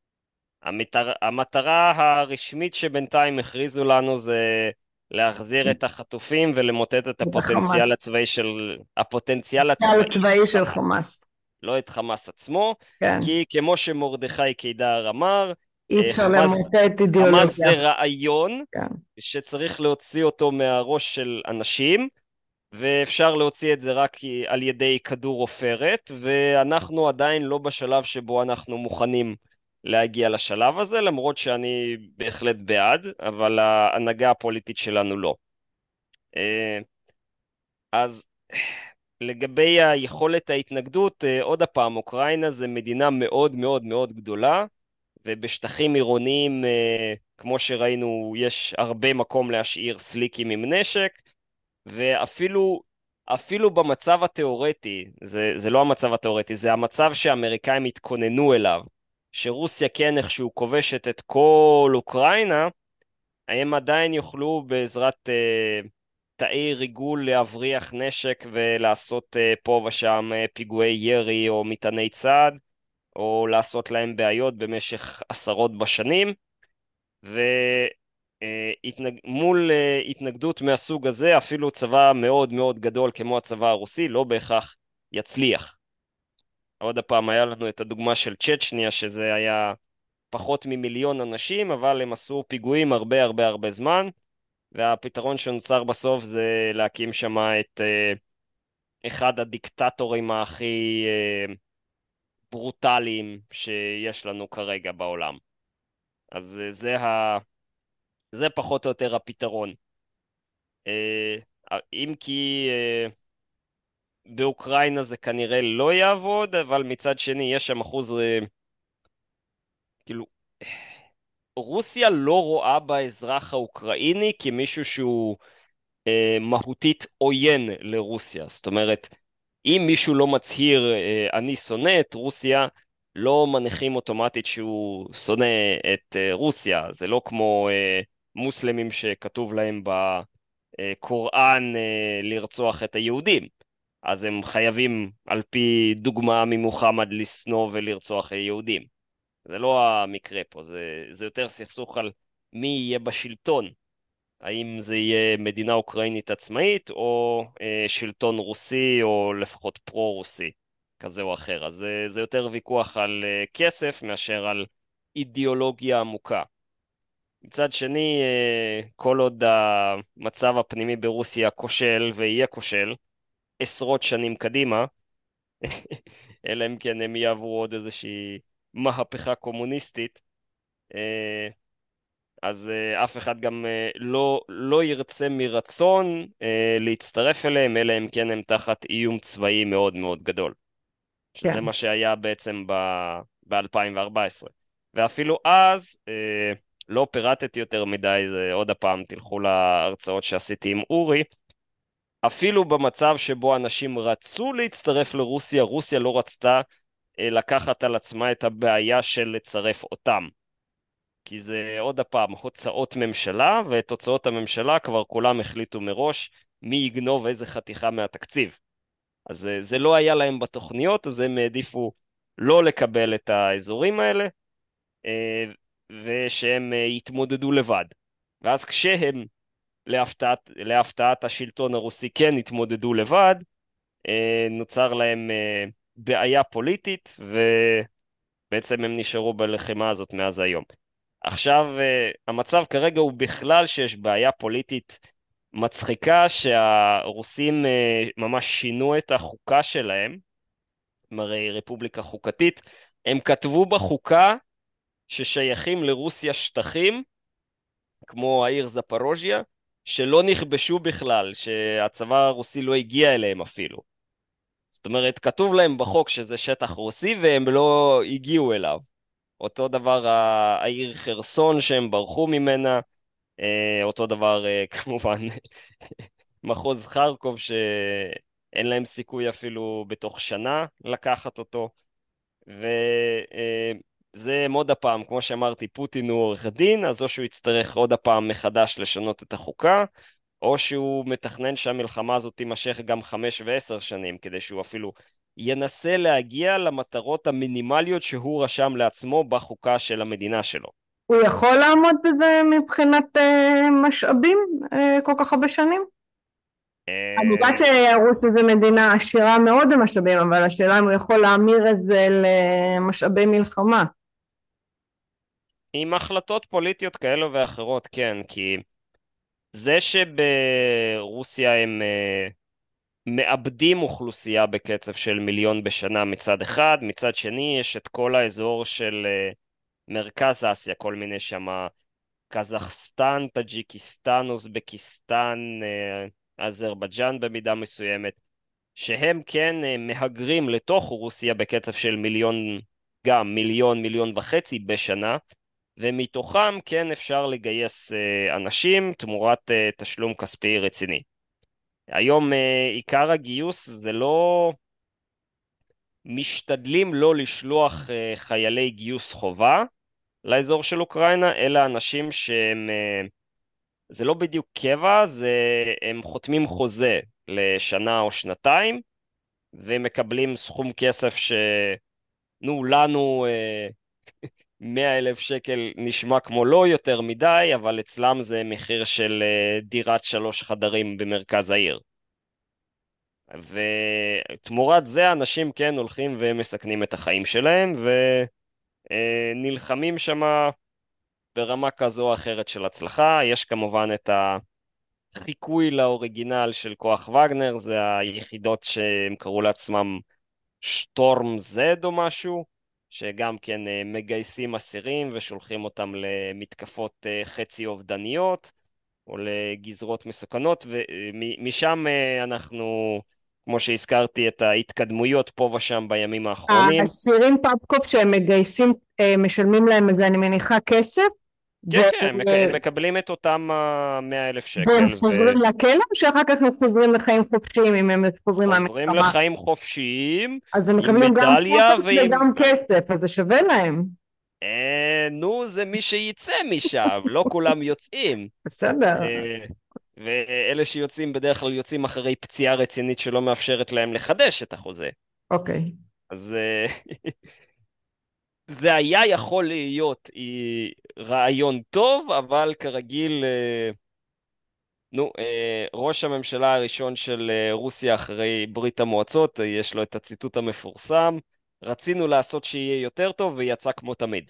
המטרה הרשמית שבינתיים הכריזו לנו זה להחזיר את החטופים ולמוטט את את החמאס, הפוטנציאל הקהל הצבאי של הצבאי של חמאס, חמאס, לא את חמאס עצמו, כן, כי כמו שמרדכי קידר אמר, אי אפשר חמאס, למוטט חמאס אידיאולוגיה, זה רעיון כן. שצריך להוציא אותו מהראש של אנשים, ואפשר להוציא את זה רק על ידי כדור עופרת, ואנחנו עדיין לא בשלב שבו אנחנו מוכנים להגיע לשלב הזה, למרות שאני בהחלט בעד, אבל ההנהגה הפוליטית שלנו לא. אז לגבי היכולת ההתנגדות, עוד הפעם, אוקראינה זה מדינה מאוד מאוד מאוד גדולה, ובשטחים עירוניים, כמו שראינו, יש הרבה מקום להשאיר סליקים עם נשק, ואפילו אפילו במצב התיאורטי, זה לא המצב התיאורטי, זה המצב שהאמריקאים התכוננו אליו, שרוסיה כן איכשהו כובשת את כל אוקראינה, הם עדיין יוכלו בעזרת תאי ריגול להבריח נשק ולעשות פה ושם פיגועי ירי או מטעני צד, או לעשות להם בעיות במשך עשרות בשנים, ומול התנגדות מהסוג הזה, אפילו צבא מאוד מאוד גדול כמו הצבא הרוסי לא בהכרח יצליח. עוד הפעם היה לנו את הדוגמה של צ'צ'ניה, שזה היה פחות ממיליון אנשים, אבל הם עשו פיגועים הרבה הרבה הרבה זמן, והפתרון שנוצר בסוף זה להקים שם את אחד הדיקטטורים הכי ברוטליים שיש לנו כרגע בעולם. אז זה פחות או יותר הפתרון. אם כי באוקראינה זה כנראה לא יעבוד, אבל מצד שני יש שם אחוז, כאילו, רוסיה לא רואה באזרח האוקראיני כמישהו שהוא מהותית עוין לרוסיה. זאת אומרת, אם מישהו לא מצהיר אני שונא את רוסיה, לא מניחים אוטומטית שהוא שונא את רוסיה. זה לא כמו מוסלמים שכתוב להם בקוראן לרצוח את היהודים. אז הם חייבים על פי דוגמה ממוחמד לשנוא ולרצוח יהודים. זה לא המקרה פה, זה יותר סכסוך על מי יהיה בשלטון. האם זה יהיה מדינה אוקראינית עצמאית, או שלטון רוסי, או לפחות פרו-רוסי, כזה או אחר. אז זה יותר ויכוח על כסף מאשר על אידיאולוגיה עמוקה. מצד שני, כל עוד המצב הפנימי ברוסיה כושל ויהיה כושל, עשרות שנים קדימה, אלא אם כן הם יעברו עוד איזושהי מהפכה קומוניסטית, אז אף אחד גם לא ירצה מרצון להצטרף אליהם, אלא אם כן הם תחת איום צבאי מאוד מאוד גדול. שזה כן. מה שהיה בעצם ב-2014. ואפילו אז, לא פירטתי יותר מדי, זה עוד הפעם תלכו להרצאות שעשיתי עם אורי, אפילו במצב שבו אנשים רצו להצטרף לרוסיה, רוסיה לא רצתה לקחת על עצמה את הבעיה של לצרף אותם. כי זה עוד הפעם הוצאות ממשלה, ואת הוצאות הממשלה כבר כולם החליטו מראש מי יגנוב איזה חתיכה מהתקציב. אז זה לא היה להם בתוכניות, אז הם העדיפו לא לקבל את האזורים האלה, ושהם יתמודדו לבד. ואז כשהם, להפתעת השלטון הרוסי, כן התמודדו לבד, נוצר להם בעיה פוליטית, ובעצם הם נשארו בלחימה הזאת מאז היום. עכשיו, המצב כרגע הוא בכלל שיש בעיה פוליטית מצחיקה, שהרוסים ממש שינו את החוקה שלהם, הרי רפובליקה חוקתית, הם כתבו בחוקה ששייכים לרוסיה שטחים, כמו העיר זפרוז'יה, שלא נכבשו בכלל, שהצבא הרוסי לא הגיע אליהם אפילו. זאת אומרת, כתוב להם בחוק שזה שטח רוסי, והם לא הגיעו אליו. אותו דבר העיר חרסון שהם ברחו ממנה, אותו דבר כמובן מחוז חרקוב שאין להם סיכוי אפילו בתוך שנה לקחת אותו, וזה עוד הפעם, כמו שאמרתי, פוטין הוא עורך דין, אז או שהוא יצטרך עוד הפעם מחדש לשנות את החוקה, או שהוא מתכנן שהמלחמה הזאת תימשך גם 5 ו10 שנים, כדי שהוא אפילו ינסה להגיע למטרות המינימליות שהוא רשם לעצמו בחוקה של המדינה שלו. הוא יכול לעמוד בזה מבחינת משאבים כל כך הרבה שנים? אני יודעת שרוסיה זה מדינה עשירה מאוד במשאבים, אבל השאלה אם הוא יכול להמיר את זה למשאבי מלחמה. עם החלטות פוליטיות כאלו ואחרות, כן, כי זה שברוסיה הם מאבדים אוכלוסייה בקצב של מיליון בשנה מצד אחד, מצד שני יש את כל האזור של מרכז אסיה, כל מיני שמה, קזחסטן, טאג'יקיסטן, אוזבקיסטן, אזרבייג'אן במידה מסוימת, שהם כן מהגרים לתוך רוסיה בקצב של מיליון, גם מיליון, מיליון וחצי בשנה, ומתוכם כן אפשר לגייס אנשים תמורת תשלום כספי רציני. היום עיקר הגיוס זה לא, משתדלים לא לשלוח חיילי גיוס חובה לאזור של אוקראינה, אלא אנשים שהם, זה לא בדיוק קבע, הם חותמים חוזה לשנה או שנתיים, ומקבלים סכום כסף נו, לנו 100,000 שקל נשמע כמו לא יותר מדי, אבל אצלם זה מחיר של דירת 3 חדרים במרכז העיר. ותמורת זה אנשים כן הולכים ומסכנים את החיים שלהם, ונלחמים שם ברמה כזו או אחרת של הצלחה. יש כמובן את החיקוי לאוריגינל של כוח וגנר, זה היחידות שהם קראו לעצמם שטורם זד או משהו, שגם כן מגייסים אסירים ושולחים אותם למתקפות חצי אובדניות, או לגזרות מסוכנות, ומשם אנחנו, כמו שהזכרתי, את ההתקדמויות פה ושם בימים האחרונים. האסירים פפקוף שהם מגייסים, משלמים להם על זה, אני מניחה, כסף, כן, כן, הם מקבלים את אותם 100,000 והם שקל, חוזרים לכלא, או שאחר כך הם חוזרים לחיים חופשיים אם הם חוזרים וחוזרים מהמלחמה? לחיים חופשיים, אז הם עם מקבלים גם מדליה כסף ועם... וגם כסף, אז זה שווה להם. נו, זה מי שיצא משם, לא כולם יוצאים. בסדר, אה, ואלה שיוצאים בדרך כלל יוצאים אחרי פציעה רצינית שלא מאפשרת להם לחדש את החוזה. אוקיי. אז זה היה יכול להיות רעיון טוב, אבל כרגיל, נו, ראש הממשלה הראשון של רוסיה אחרי ברית המועצות, יש לו את הציטוט המפורסם, רצינו לעשות שיהיה יותר טוב ויצא כמו תמיד.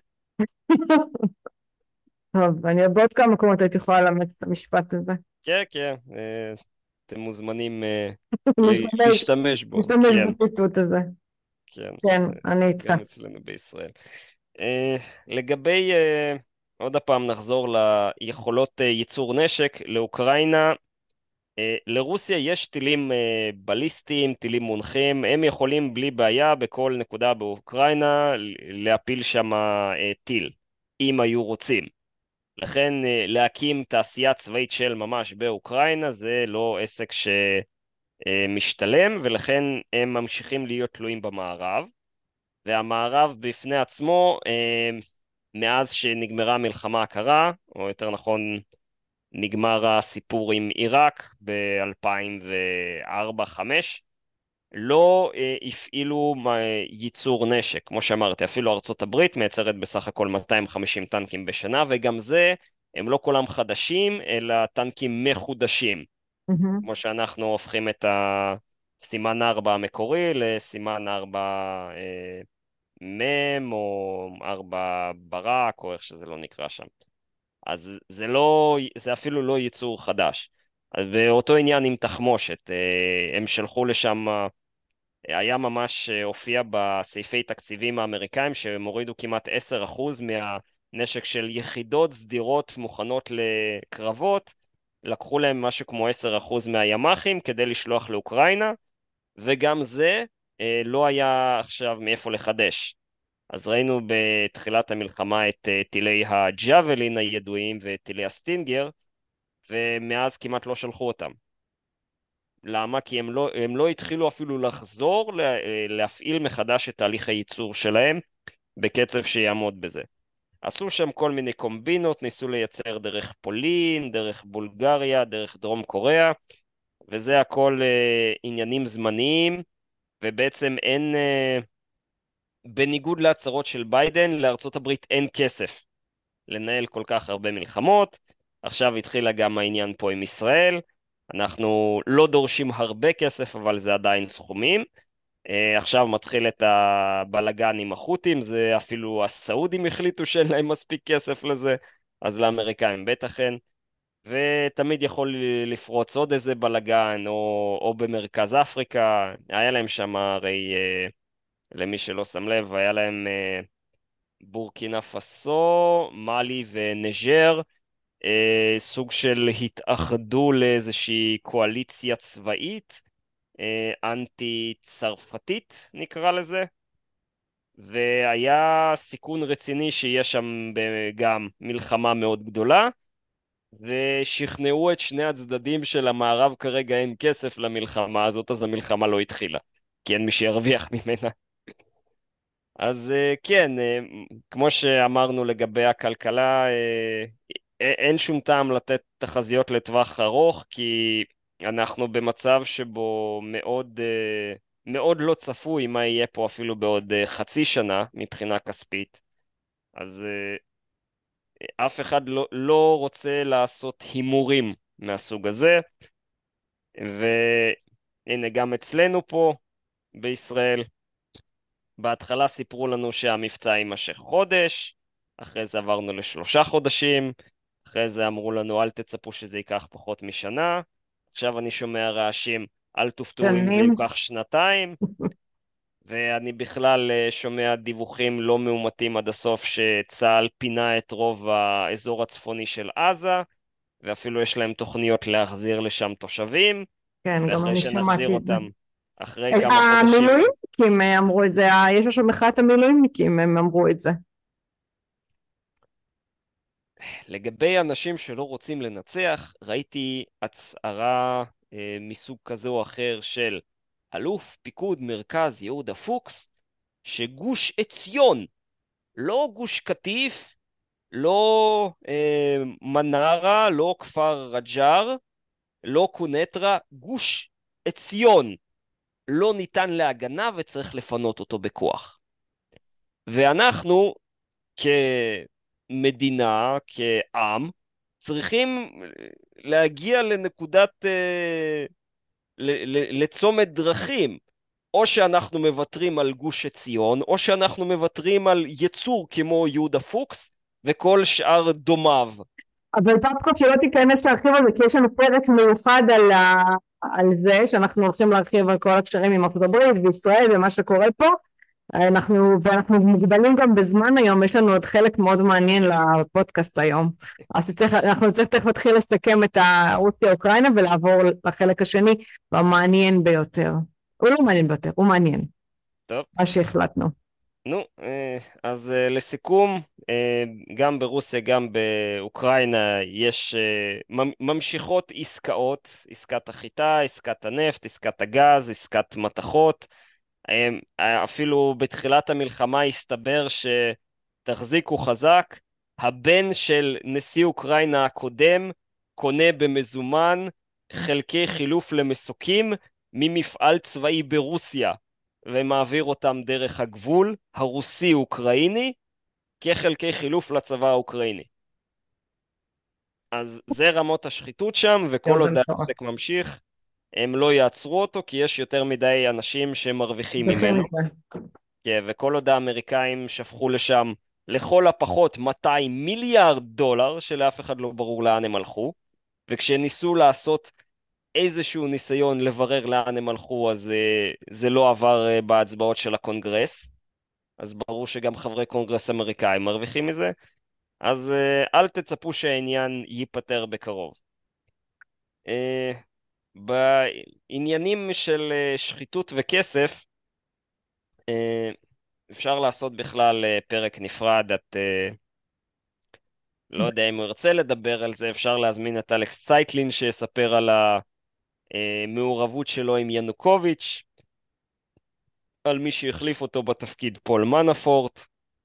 טוב, אני בעוד כמה מקומות הייתי יכולה לאמץ את המשפט הזה. כן, כן, אתם מוזמנים משתמש, להשתמש בו, משתמש כן, בציטוט הזה. כן, כן, אני איתך. גם אצלנו בישראל. לגבי, עוד הפעם נחזור ליכולות ייצור נשק לאוקראינה. לרוסיה יש טילים בליסטיים, טילים מונחים, הם יכולים בלי בעיה בכל נקודה באוקראינה להפיל שם טיל, אם היו רוצים. לכן להקים תעשייה צבאית של ממש באוקראינה זה לא עסק שמשתלם, ולכן הם ממשיכים להיות תלויים במערב. והמערב בפני עצמו, מאז שנגמרה המלחמה הקרה, או יותר נכון, נגמר הסיפור עם עיראק ב-2004-2005, לא הפעילו ייצור נשק. כמו שאמרתי, אפילו ארצות הברית מייצרת בסך הכל 250 טנקים בשנה, וגם זה, הם לא כולם חדשים, אלא טנקים מחודשים. מהמם. כמו שאנחנו הופכים את הסימן 4 המקורי לסימן 4 מם, או 4 ברק, או איך שזה לא נקרא שם. אז זה לא, זה אפילו לא ייצור חדש. ואותו עניין עם תחמושת, הם שלחו לשם, היה ממש הופיע בסעיפי תקציבים האמריקאים שהם הורידו כמעט 10% מהנשק של יחידות סדירות מוכנות לקרבות, לקחו להם משהו כמו 10% מהימ"חים כדי לשלוח לאוקראינה, וגם זה לא היה עכשיו מאיפה לחדש. אז ראינו בתחילת המלחמה את טילי הג'אבלין הידועים וטילי הסטינגר, ומאז כמעט לא שלחו אותם. למה? כי הם לא התחילו אפילו לחזור להפעיל מחדש את תהליך הייצור שלהם בקצב שיעמוד בזה. עשו שם כל מיני קומבינות, ניסו לייצר דרך פולין, דרך בולגריה, דרך דרום קוריאה, וזה הכל עניינים זמניים, ובעצם אין, בניגוד להצהרות של ביידן, לארצות הברית אין כסף לנהל כל כך הרבה מלחמות. עכשיו התחילה גם העניין פה עם ישראל, אנחנו לא דורשים הרבה כסף, אבל זה עדיין סכומים. עכשיו מתחיל את הבלגן עם החות'ים, זה אפילו הסעודים החליטו שאין להם מספיק כסף לזה, אז לאמריקאים בטח אין. ותמיד יכול לפרוץ עוד איזה בלגן, או במרכז אפריקה, היה להם שם הרי, למי שלא שם לב, היה להם בורקינה פאסו, מאלי וניג'ר, סוג של התאחדו לאיזושהי קואליציה צבאית, אנטי צרפתית נקרא לזה, והיה סיכון רציני שיש שם גם מלחמה מאוד גדולה, ושכנעו את שני הצדדים של המערב כרגע אין כסף למלחמה הזאת, אז המלחמה לא התחילה, כי אין מי שירוויח ממנה. אז כן, כמו שאמרנו לגבי הכלכלה, אין שום טעם לתת תחזיות לטווח ארוך, כי אנחנו במצב שבו מאוד לא צפוי מה יהיה פה אפילו בעוד חצי שנה מבחינה כספית. אז אף אחד לא רוצה לעשות הימורים מהסוג הזה, והנה גם אצלנו פה בישראל, בהתחלה סיפרו לנו שהמבצע יימשך חודש, אחרי זה עברנו לשלושה חודשים, אחרי זה אמרו לנו אל תצפו שזה ייקח פחות משנה, עכשיו אני שומע רעשים, אל תופתעו אם זה שנים. ייקח שנתיים, ואני בכלל שומע דיווחים לא מאומתים עד הסוף שצה"ל פינה את רוב האזור הצפוני של עזה, ואפילו יש להם תוכניות להחזיר לשם תושבים, כן, גם ואחרי אני שנחזיר שמעתי את זה. אותם, אחרי כמה חודשים, המילואימניקים אמרו את זה, יש עכשיו מחאת המילואימניקים, הם אמרו את זה. לגבי אנשים שלא רוצים לנצח, ראיתי הצהרה מסוג כזה או אחר של אלוף פיקוד מרכז יהודה פוקס, שגוש עציון, לא גוש קטיף, לא מנרה, לא כפר רג'ר, לא קונטרה, גוש עציון לא ניתן להגנה וצריך לפנות אותו בכוח. ואנחנו כמדינה, כעם, צריכים להגיע לנקודת, לצומת דרכים. או שאנחנו מוותרים על גוש עציון, או שאנחנו מוותרים על יצור כמו יהודה פוקס וכל שאר דומיו. אבל פפקוט שלא תיכנס להרחיב על זה, כי יש לנו פרק מיוחד על זה, שאנחנו הולכים להרחיב על כל הקשרים עם ארצות הברית וישראל ומה שקורה פה. ואנחנו מוגבלים גם בזמן היום, יש לנו עוד חלק מאוד מעניין לפודקאסט היום. אז אנחנו צריכים תכף להתחיל לסכם את רוסיה-אוקראינה ולעבור לחלק השני, והמעניין ביותר. הוא לא מעניין ביותר, הוא מעניין. טוב. מה שהחלטנו. נו, אז לסיכום, גם ברוסיה, גם באוקראינה יש ממשיכות עסקאות, עסקת החיטה, עסקת הנפט, עסקת הגז, עסקת מתכות. אפילו בתחילת המלחמה הסתבר שתחזיקו חזק, הבן של נשיא אוקראינה הקודם קונה במזומן חלקי חילוף למסוקים ממפעל צבאי ברוסיה. ומעביר אותם דרך הגבול הרוסי-אוקראיני כחלקי חילוף לצבא האוקראיני. אז זה רמות השחיתות שם, וכל זה עוד מטורף. העסק ממשיך, הם לא יעצרו אותו, כי יש יותר מדי אנשים שמרוויחים בכי ממנו. מזה. כן, וכל עוד האמריקאים שפכו לשם לכל הפחות 200 מיליארד דולר, שלאף אחד לא ברור לאן הם הלכו, וכשניסו לעשות איזשהו ניסיון לברר לאן הם הלכו, אז זה לא עבר בהצבעות של הקונגרס, אז ברור שגם חברי קונגרס אמריקאים מרוויחים מזה, אז אל תצפו שהעניין ייפטר בקרוב. בעניינים של שחיתות וכסף, אפשר לעשות בכלל פרק נפרד, לא יודע אם הוא ירצה לדבר על זה, אפשר להזמין את אלכס צייטלין שיספר על המעורבות שלו עם ינוקוביץ', על מי שהחליף אותו בתפקיד פול מנאפורט,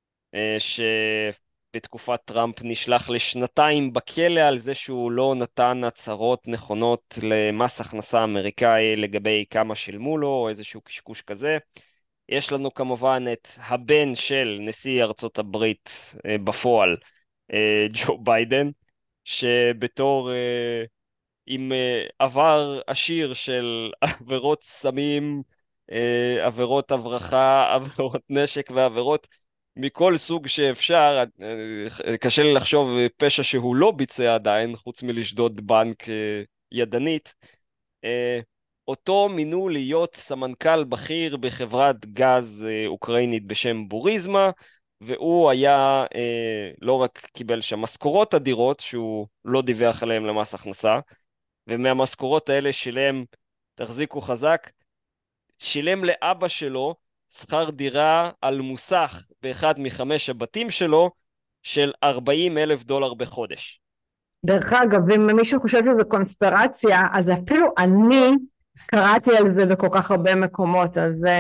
שבתקופת טראמפ נשלח לשנתיים בכלא על זה שהוא לא נתן הצהרות נכונות למס הכנסה אמריקאי לגבי כמה שילמו לו, או איזשהו קשקוש כזה. יש לנו כמובן את הבן של נשיא ארצות הברית בפועל, ג'ו ביידן, שבתור עם עבר עשיר של עבירות סמים, עבירות הברחה, עבירות נשק ועבירות מכל סוג שאפשר. קשה לי לחשוב פשע שהוא לא ביצע עדיין, חוץ מלשדוד בנק ידנית. אותו מינו להיות סמנכ"ל בכיר בחברת גז אוקראינית בשם בוריזמה, והוא היה, לא רק קיבל שם משכורות אדירות שהוא לא דיווח עליהם למס הכנסה, ומהמשכורות האלה שילם, תחזיקו חזק, שילם לאבא שלו שכר דירה על מוסך באחד מחמש הבתים שלו של $40,000 בחודש. דרך אגב, אם מישהו חושב שזה קונספירציה, אז אפילו אני קראתי על זה בכל כך הרבה מקומות,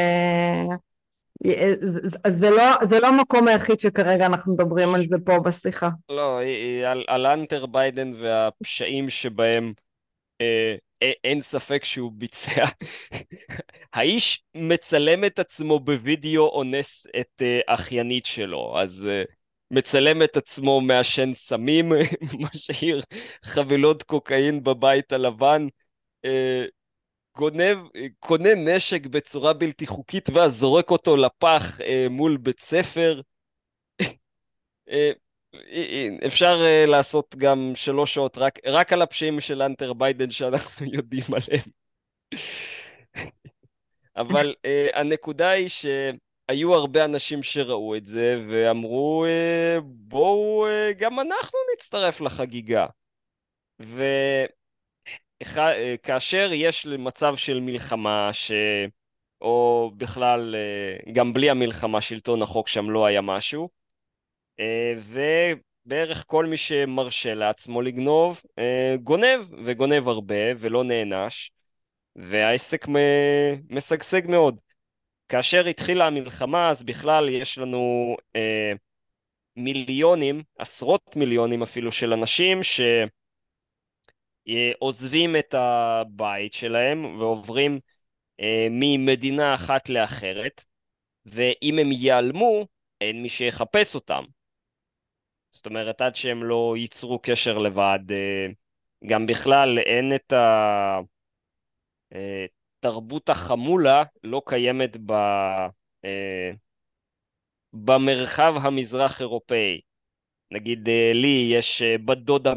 אז זה לא המקום היחיד שכרגע אנחנו מדברים על זה פה בשיחה. לא, על אנטר ביידן והפשעים שבהם אין ספק שהוא ביצע. האיש מצלם את עצמו בווידאו אונס את אחיינית שלו, אז מצלם את עצמו מעשן סמים, משאיר חבילות קוקאין בבית הלבן, אה, קונה נשק בצורה בלתי חוקית ואז זורק אותו לפח מול בית ספר. אה, אפשר לעשות גם 3 שעות רק על הפשעים של אנטר ביידן שאנחנו יודעים עליהם. אבל הנקודה היא שהיו הרבה אנשים שראו את זה ואמרו בואו גם אנחנו נצטרף לחגיגה. וכאשר יש מצב של מלחמה או בכלל גם בלי המלחמה שלטון החוק שם לא היה משהו, ובערך כל מי שמרשה לעצמו לגנוב גונב וגונב הרבה ולא נענש, והעסק משגשג מאוד. כאשר התחילה המלחמה אז בכלל יש לנו מיליונים, עשרות מיליונים אפילו של אנשים שעוזבים את הבית שלהם ועוברים ממדינה אחת לאחרת, ואם הם ייעלמו אין מי שיחפש אותם. זאת אומרת עד שהם לא ייצרו קשר לבד, גם בכלל אין את תרבות החמולה לא קיימת אה, במרחב המזרח אירופאי. נגיד לי יש בת דודה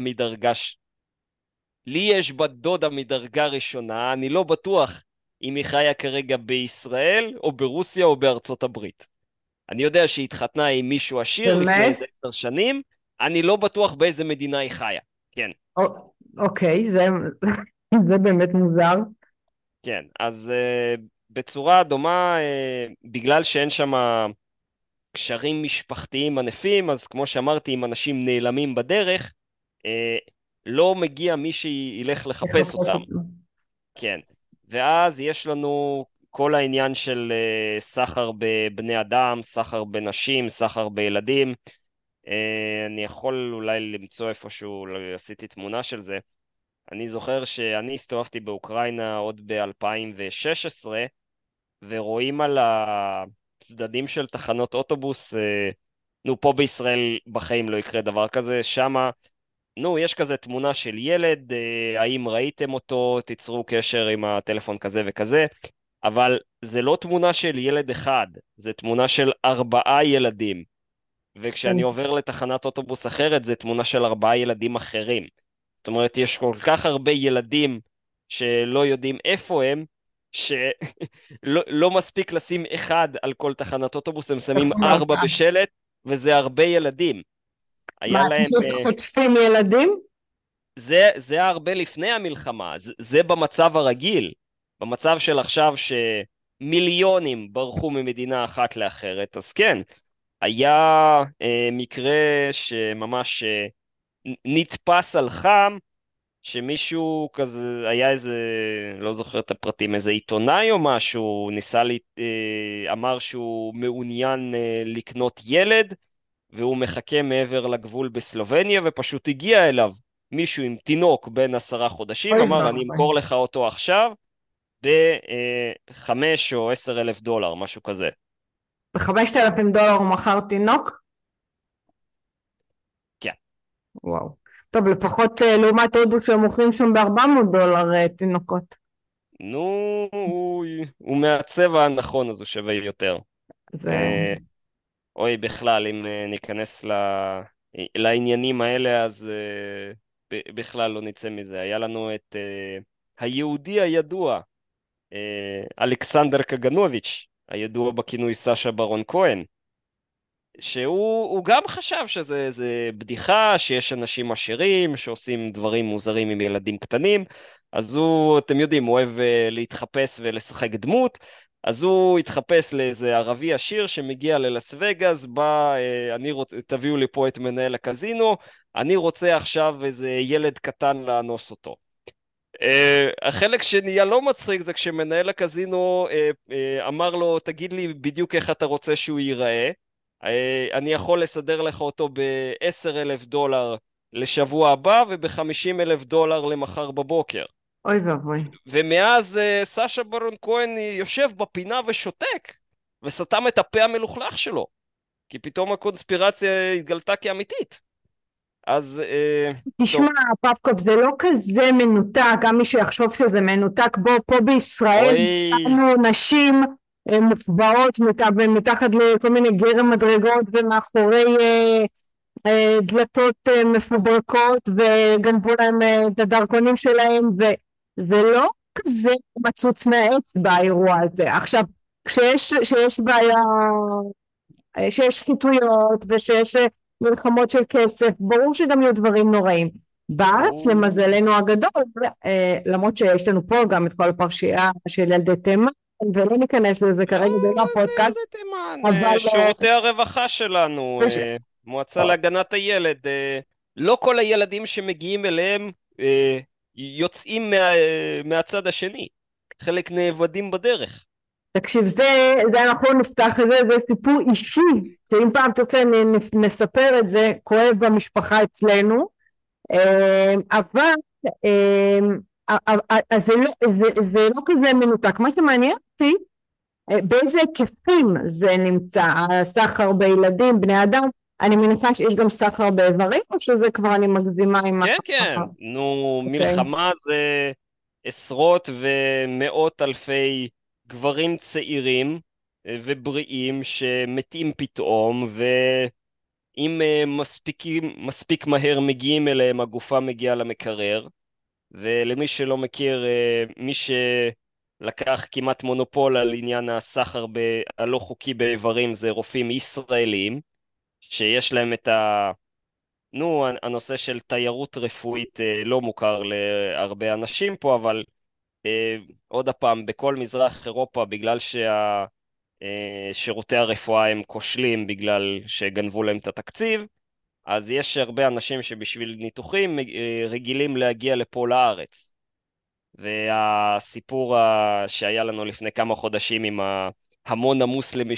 לי יש בת דודה מדרגה ראשונה, אני לא בטוח אם היא חיה כרגע בישראל או ברוסיה או בארצות הברית. אני יודע שהיא התחתנה עם מישהו עשיר לפני באמת? איזה 10 שנים, אני לא בטוח באיזה מדינה היא חיה. כן, אוקיי, זה באמת מוזר. כן. אז בצורה דומה, בגלל שאין שם קשרים משפחתיים ענפים, אז כמו שאמרתי, אם אנשים נעלמים בדרך, אה, לא מגיע מי שילך לחפש לחפש אותם. אותו. כן. ואז יש לנו כל העניין של סחר בבני אדם, סחר בנשים, סחר בילדים. אני יכול אולי למצוא איפשהו, עשיתי תמונה של זה. אני זוכר שאני הסתובבתי באוקראינה עוד ב-2016, ורואים על הצדדים של תחנות אוטובוס, נו, פה בישראל בחיים לא יקרה דבר כזה, שמה, נו, יש כזה תמונה של ילד, האם ראיתם אותו, תיצרו קשר עם הטלפון כזה וכזה, אבל זה לא תמונה של ילד אחד, זה תמונה של 4 ילדים, וכשאני עובר לתחנת אוטובוס אחרת, זה תמונה של 4 ילדים אחרים. זאת אומרת, יש כל כך הרבה ילדים שלא יודעים איפה הם, שלא לא מספיק לשים אחד על כל תחנת אוטובוס, הם שמים תופסים 4 אותם. בשלט, וזה הרבה ילדים. מה, היה להם, פשוט חוטפים ילדים? זה היה הרבה לפני המלחמה, זה במצב הרגיל. במצב של עכשיו שמיליונים ברחו ממדינה אחת לאחרת, אז כן, היה מקרה שממש נתפס על חם, שמישהו כזה, היה איזה, לא זוכר את הפרטים, איזה עיתונאי או משהו, אמר שהוא מעוניין לקנות ילד, והוא מחכה מעבר לגבול בסלובניה, ופשוט הגיע אליו מישהו עם תינוק בן 10 חודשים, אוי אמר, אני ואבוי. אמכור לך אותו עכשיו, ב-5 או 10,000 דולר, משהו כזה. ב$5,000 הוא מכר תינוק? כן. וואו. טוב, לפחות לעומת הודו שהם מוכרים שם ב$400 תינוקות. נו, הוא מהצבע הנכון, אז הוא שווה יותר. זה... אה, אוי, בכלל, אם ניכנס לעניינים האלה, אז בכלל לא נצא מזה. היה לנו את היהודי הידוע, אלכסנדר קגנוביץ', הידוע בכינוי סשה ברון כהן, שהוא גם חשב שזה בדיחה, שיש אנשים עשירים שעושים דברים מוזרים עם ילדים קטנים, אז הוא, אתם יודעים, הוא אוהב להתחפש ולשחק דמות, אז הוא התחפש לאיזה ערבי עשיר שמגיע ללס וגאס, בא, תביאו לי פה את מנהל הקזינו, אני רוצה עכשיו איזה ילד קטן לאנוס אותו. החלק שנהיה לא מצחיק זה כשמנהל הקזינו אמר לו, תגיד לי בדיוק איך אתה רוצה שהוא ייראה, אני יכול לסדר לך אותו $10,000 לשבוע הבא וב-50,000 דולר למחר בבוקר. אוי ואבוי. ומאז סשה ברון כהן יושב בפינה ושותק, וסתם את הפה המלוכלך שלו, כי פתאום הקונספירציה התגלתה כאמיתית. אז תשמע, טוב, פפקוף, זה לא כזה מנותק, גם מי שיחשוב שזה מנותק, בו פה בישראל, אוי, אנו נשים מוחבאות מתחת לכל מיני גרם מדרגות ומאחורי דלתות מפוברקות, וגנבו להם את הדרכונים שלהם, וזה לא כזה מצוץ מהאצבע האירוע הזה. עכשיו, שיש בעיה, שיש שחיתויות ושיש מלחמות של כסף, ברור שגם יהיו דברים נוראים. בארץ ברור. למזלנו הגדול, למרות שיש לנו פה גם את כל הפרשייה של ילדי תימן, ולא ניכנס לזה לא, כרגע בין מה זה ילדי הפודקאסט, תימן? אבל שירותי הרווחה שלנו, וש... מועצה להגנת הילד, לא כל הילדים שמגיעים אליהם יוצאים מהצד השני. חלק נאבדים בדרך. תקשיב, זה אנחנו לא נפתח את זה, זה סיפור אישי, שאם פעם תרצה נספר את זה, כואב במשפחה אצלנו, אבל אז זה לא כזה מנותק. מה שמעניין אותי, באיזה היקפים זה נמצא, הסחר בילדים, בני אדם, אני מניחה שיש גם סחר באיברים, או שזה כבר אני מגזימה עם ה... כן, כן, נו, אוקיי. מלחמה זה עשרות ומאות אלפי גברים צעירים ובריאים שמתים פתאום, ואם מספיק מהר מגיעים אליהם, הגופה מגיעה למקרר. ולמי שלא מכיר, מי שלקח כמעט מונופול על עניין הסחר הלא חוקי באיברים זה רופאים ישראלים, שיש להם את נו, הנושא של תיירות רפואית לא מוכר להרבה אנשים פה, אבל עוד הפעם, בכל מזרח אירופה, בגלל שירותי הרפואה הם כושלים בגלל שגנבו להם את התקציב, אז יש הרבה אנשים שבשביל ניתוחים רגילים להגיע לפה לארץ. והסיפור שהיה לנו לפני כמה חודשים עם ההמון המוסלמי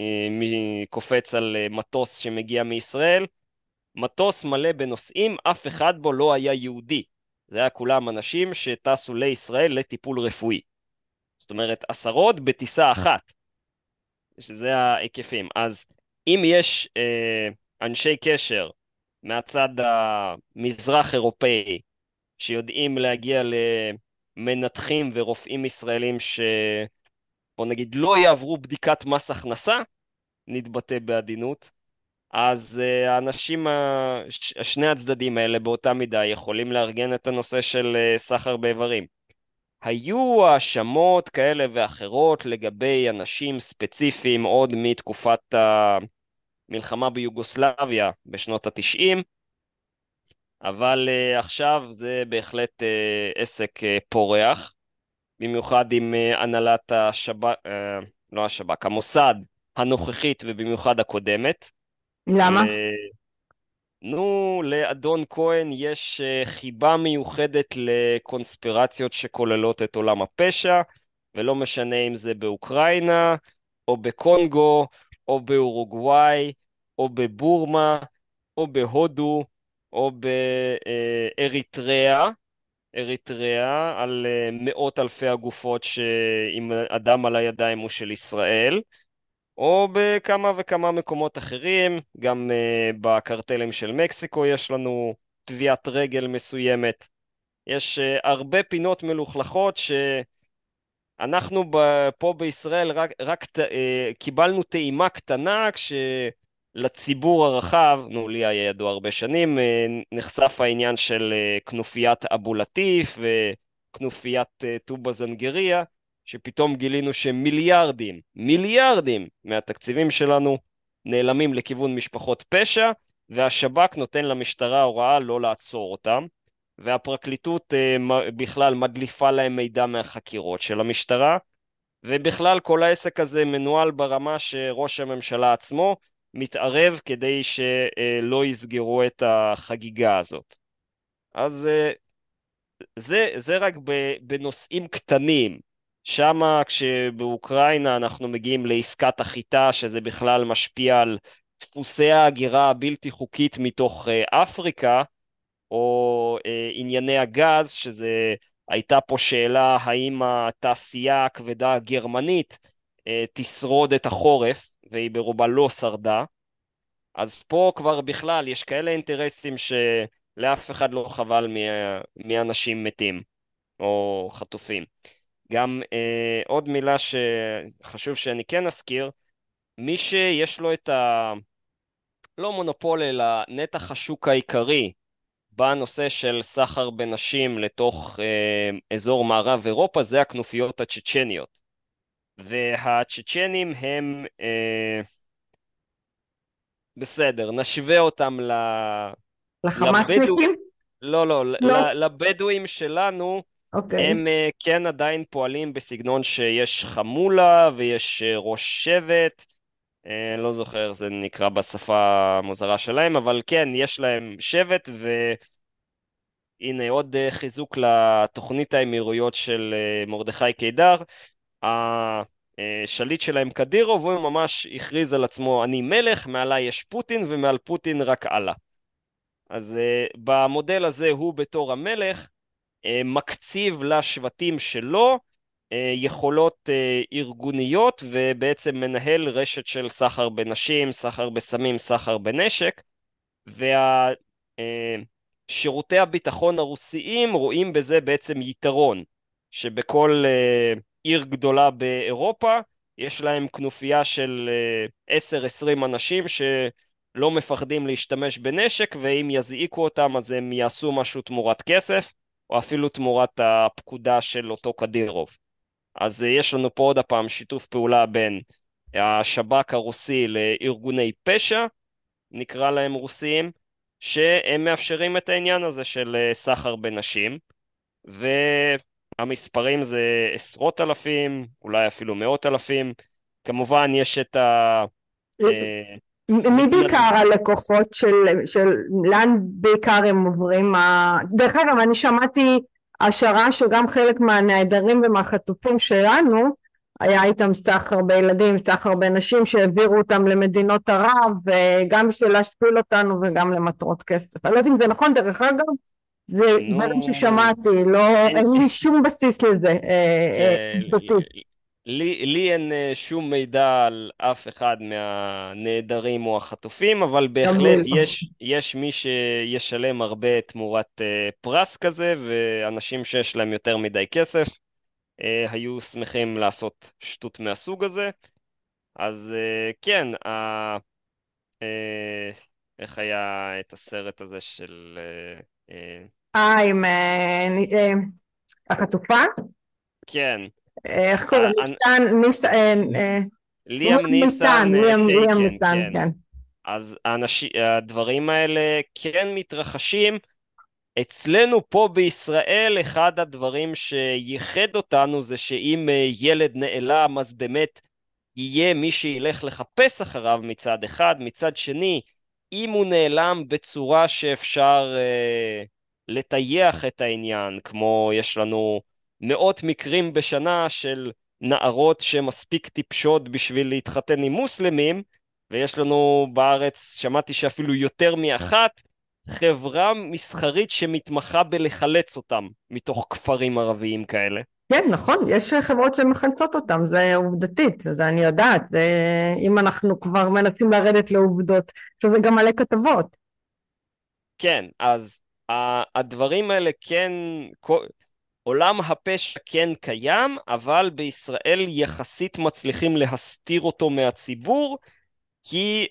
שקופץ על מטוס שמגיע מישראל, מטוס מלא בנוסעים, אף אחד בו לא היה יהודי. זה היה כולם אנשים שטסו לישראל לטיפול רפואי. זאת אומרת, עשרות בטיסה אחת, שזה ההיקפים. אז אם יש אנשי קשר מהצד המזרח אירופאי, שיודעים להגיע למנתחים ורופאים ישראלים בוא נגיד לא יעברו בדיקת מס הכנסה, נתבטא בעדינות, אז האנשים, שני הצדדים האלה באותה מידה יכולים לארגן את הנושא של סחר באיברים. היו האשמות כאלה ואחרות לגבי אנשים ספציפיים עוד מתקופת המלחמה ביוגוסלביה בשנות ה-90, אבל עכשיו זה בהחלט עסק פורח, במיוחד עם הנהלת השב"כ, לא השב"כ, המוסד הנוכחית ובמיוחד הקודמת. למה? נו, לאדון כהן יש חיבה מיוחדת לקונספירציות שכוללות את עולם הפשע, ולא משנה אם זה באוקראינה, או בקונגו, או באורוגוואי, או בבורמה, או בהודו, או באריתריאה, אריתריאה, על מאות אלפי הגופות שעם אדם על הידיים הוא של ישראל. או בכמה וכמה מקומות אחרים, גם בקרטלים של מקסיקו יש לנו טביעת רגל מסוימת. יש הרבה פינות מלוכלכות שאנחנו פה בישראל רק קיבלנו טעימה קטנה כשלציבור הרחב, נו לי היה ידוע הרבה שנים, נחשף העניין של כנופיית אבו לטיף וכנופיית טובה זנגריה, שפתאום גילינו שמיליארדים, מיליארדים מהתקציבים שלנו נעלמים לכיוון משפחות פשע, והשב"כ נותן למשטרה הוראה לא לעצור אותם, והפרקליטות בכלל מדליפה להם מידע מהחקירות של המשטרה, ובכלל כל העסק הזה מנוהל ברמה שראש הממשלה עצמו מתערב כדי שלא יסגרו את החגיגה הזאת. אז זה רק בנושאים קטנים. שמה כשבאוקראינה אנחנו מגיעים לעסקת החיטה, שזה בכלל משפיע על דפוסי ההגירה הבלתי חוקית מתוך אפריקה, או ענייני הגז, שזה הייתה פה שאלה האם התעשייה הכבדה הגרמנית תשרוד את החורף, והיא ברובה לא שרדה. אז פה כבר בכלל יש כאלה אינטרסים שלאף אחד לא חבל מאנשים מתים או חטופים. גם עוד מילה שחשוב שאני כן אזכיר, מי שיש לו את לא מונופול אלא נתח השוק העיקרי בנושא של סחר בנשים לתוך אזור מערב אירופה, זה הכנופיות הצ'צ'ניות. והצ'צ'נים הם בסדר, נשווה אותם לבדואים, לחמאסניקים? לא, לא, לא. לבדואים שלנו, אוקיי. הם כן עדיין פועלים בסגנון שיש חמולה ויש ראש שבט, לא זוכר איך זה נקרא בשפה המוזרה שלהם, אבל כן, יש להם שבט, והנה עוד חיזוק לתוכנית האמירויות של מרדכי קידר, השליט שלהם קדירוב, הוא ממש הכריז על עצמו, אני מלך, מעליי יש פוטין ומעל פוטין רק אללה. אז במודל הזה הוא בתור המלך מקציב לשבטים שלו יכולות ארגוניות, ובעצם מנהל רשת של סחר בנשים, סחר בסמים, סחר בנשק, ושירותי הביטחון הרוסיים רואים בזה בעצם יתרון, שבכל עיר גדולה באירופה יש להם כנופיה של 10-20 אנשים שלא מפחדים להשתמש בנשק, ואם יזעיקו אותם אז הם יעשו משהו תמורת כסף, או אפילו תמורת הפקודה של אותו קדירוב. אז יש לנו פה עוד הפעם שיתוף פעולה בין השב"כ הרוסי לארגוני פשע, נקרא להם רוסיים, שהם מאפשרים את העניין הזה של סחר בנשים, והמספרים זה עשרות אלפים, אולי אפילו מאות אלפים. כמובן יש את מי בעיקר המתנדב. הלקוחות של לאן בעיקר הם עוברים? דרך אגב, אני שמעתי השערה שגם חלק מהנעדרים ומהחטופים שלנו היה איתם סחר בילדים, סחר בנשים שהעבירו אותם למדינות ערב, גם בשביל להשפיל אותנו וגם למטרות כסף. אני לא יודעת אם זה נכון, דרך אגב, זה דברים נו, ששמעתי, לא, אין, אין לי שום בסיס לזה, כן, עובדתית. לי אין שום מידע על אף אחד מהנעדרים או החטופים, אבל גם לי בהחלט לא. יש מי שישלם הרבה תמורת פרס כזה, ואנשים שיש להם יותר מדי כסף היו שמחים לעשות שטות מהסוג הזה. אז כן, אה, איך היה את הסרט הזה של עם החטופה? כן, איך קוראים? ליאם ניסן, ליאם טייקן, ניסן, כן. כן. אז הדברים האלה כן מתרחשים. אצלנו פה בישראל, אחד הדברים שייחד אותנו זה שאם ילד נעלם, אז באמת יהיה מי שילך לחפש אחריו מצד אחד. מצד שני, אם הוא נעלם בצורה שאפשר לטייח את העניין, כמו יש לנו מאות מקרים בשנה של נערות שמספיק טיפשות בשביל להתחתן עם מוסלמים, ויש לנו בארץ, שמעתי שאפילו יותר מאחת, חברה מסחרית שמתמחה בלחלץ אותם מתוך כפרים ערביים כאלה. כן, נכון, יש חברות שמחלצות אותם, זה עובדתית, זה אני יודעת, אם אנחנו כבר מנסים לרדת לעובדות, שזה גם מלא כתבות. כן, אז הדברים האלה כן, עולם הפשע כן קיים, אבל בישראל יחסית מצליחים להסתיר אותו מהציבור, כי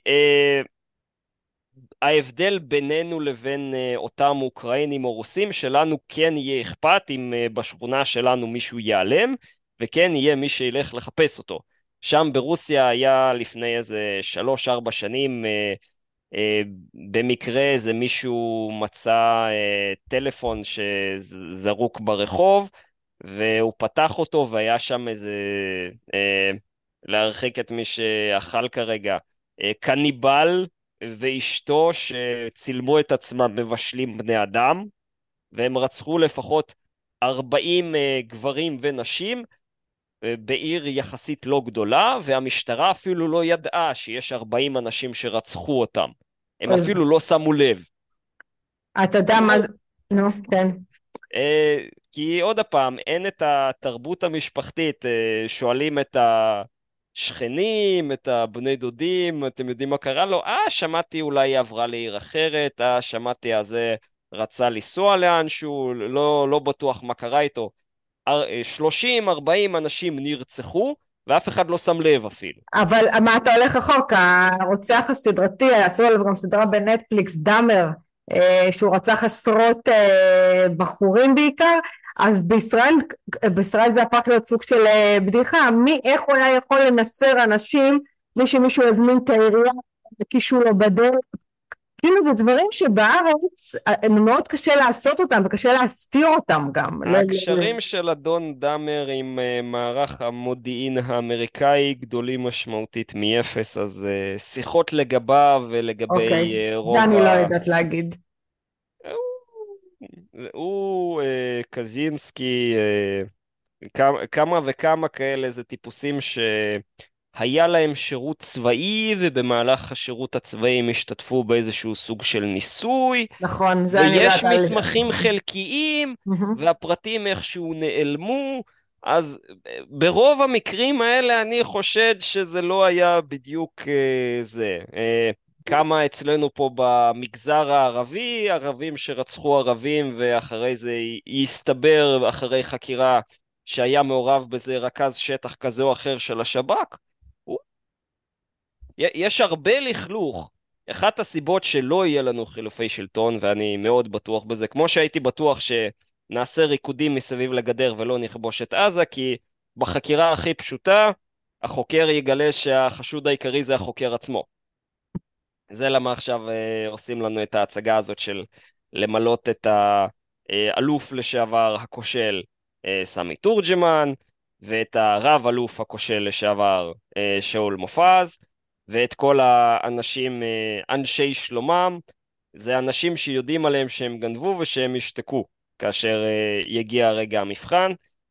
ההבדל בינינו לבין אותם אוקראינים או רוסים, שלנו כן יהיה אכפת אם בשכונה שלנו מישהו ייעלם, וכן יהיה מי שילך לחפש אותו. שם ברוסיה היה לפני איזה 3-4 שנים, במקרה איזה מישהו מצא טלפון שזרוק ברחוב, והוא פתח אותו והיה שם איזה, להרחיק את מי שאכל כרגע, קניבל ואשתו שצילמו את עצמם מבשלים בני אדם, והם רצחו לפחות 40 גברים ונשים בעיר יחסית לא גדולה, והמשטרה אפילו לא ידעה שיש 40 אנשים שרצחו אותם. הם אפילו לא שמו לב. אתה יודע מה זה? נו, כן. כי עוד הפעם, אין את התרבות המשפחתית, שואלים את השכנים, את הבני דודים, אתם יודעים מה קרה לו? שמעתי אולי היא עברה לעיר אחרת, שמעתי הזה רצה לנסוע לאנשהו, לא בטוח מה קרה איתו. 30-40 אנשים נרצחו, ואף אחד לא שם לב אפילו. אבל מה אתה הולך רחוק? הרוצח הסדרתי, עשו עליו גם סדרה בנטפליקס, דאמר, שהוא רצח עשרות בחורים בעיקר, אז בישראל זה הפך להיות סוג של בדיחה, איך הוא היה יכול לנסר אנשים, בלי שמישהו יזמין את העירייה, וקישו לו בדרך, כאילו זה דברים שבארץ מאוד קשה לעשות אותם, וקשה להסתיר אותם גם. הקשרים של אדון דאמר עם מערך המודיעין האמריקאי גדולים משמעותית מאפס, אז שיחות לגביו ולגבי אוקיי, רוב דני לא יודעת להגיד. הוא קזינסקי, כמה וכמה כאלה, זה טיפוסים שהיה להם שירות צבאי, ובמהלך השירות הצבאי הם השתתפו באיזשהו סוג של ניסוי, נכון, זה אני ויש יודעת על... מסמכים חלקיים, והפרטים איכשהו נעלמו, אז ברוב המקרים האלה אני חושד שזה לא היה בדיוק זה. כמה אצלנו פה במגזר הערבי, ערבים שרצחו ערבים, ואחרי זה יסתבר, אחרי חקירה, שהיה מעורב בזה רכז שטח כזה או אחר של השב"כ. יש הרבה לכלוך. אחת הסיבות שלא יהיה לנו חילופי שלטון, ואני מאוד בטוח בזה, כמו שהייתי בטוח שנעשה ריקודים מסביב לגדר ולא נכבוש את עזה, כי בחקירה הכי פשוטה, החוקר יגלה שהחשוד העיקרי זה החוקר עצמו. זה למה עכשיו עושים לנו את ההצגה הזאת של למלות את האלוף לשעבר הכושל סמי תורג'מן, ואת הרב אלוף הכושל לשעבר שאול מופז, ואת כל האנשים, אנשי שלומם, זה אנשים שיודעים עליהם שהם גנבו ושהם ישתקו כאשר יגיע רגע המבחן.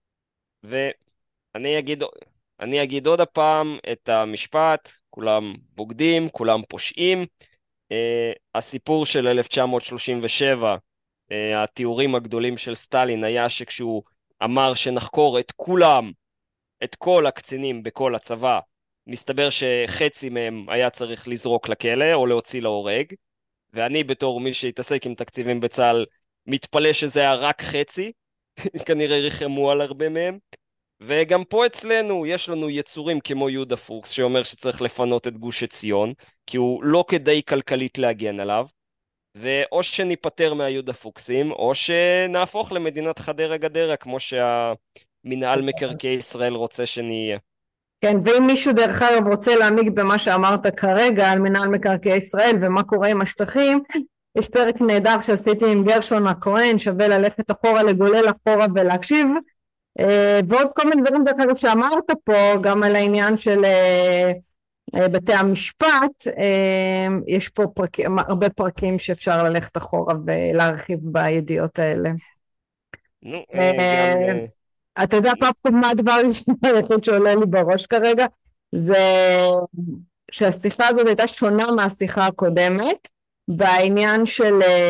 ואני אגיד עוד הפעם את המשפט, כולם בוגדים, כולם פושעים. הסיפור של 1937, התיאורים הגדולים של סטלין היה שכשהוא אמר שנחקור את כולם, את כל הקצינים בכל הצבא, מסתבר שחצי מהם היה צריך לזרוק לכלא או להוציא להורג, ואני בתור מי שהתעסק עם תקציבים בצה"ל מתפלא שזה היה רק חצי, כנראה ריחמו על הרבה מהם. וגם פה אצלנו יש לנו יצורים כמו יהודה פוקס שאומר שצריך לפנות את גוש עציון כי הוא לא כדאי כלכלית להגן עליו, ואו שניפטר מהיהודה פוקסים או שנהפוך למדינת חדרה גדרה כמו שהמינהל מקרקעי ישראל רוצה שנהיה. כן, ואם מישהו דרך אגב רוצה להעמיק במה שאמרת כרגע על מינהל מקרקעי ישראל ומה קורה עם השטחים, יש פרק נהדר שעשיתי עם גרשון הכהן, שווה ללכת אחורה, לגולל אחורה ולהקשיב, ועוד כל מיני דברים דרך אגב שאמרת פה, גם על העניין של בתי המשפט, יש פה הרבה פרקים שאפשר ללכת אחורה ולהרחיב בידיעות האלה. נו, גם... אתה יודע פעם מה הדבר היחיד שעולה לי בראש כרגע, זה שהשיחה הזאת הייתה שונה מהשיחה הקודמת, בעניין של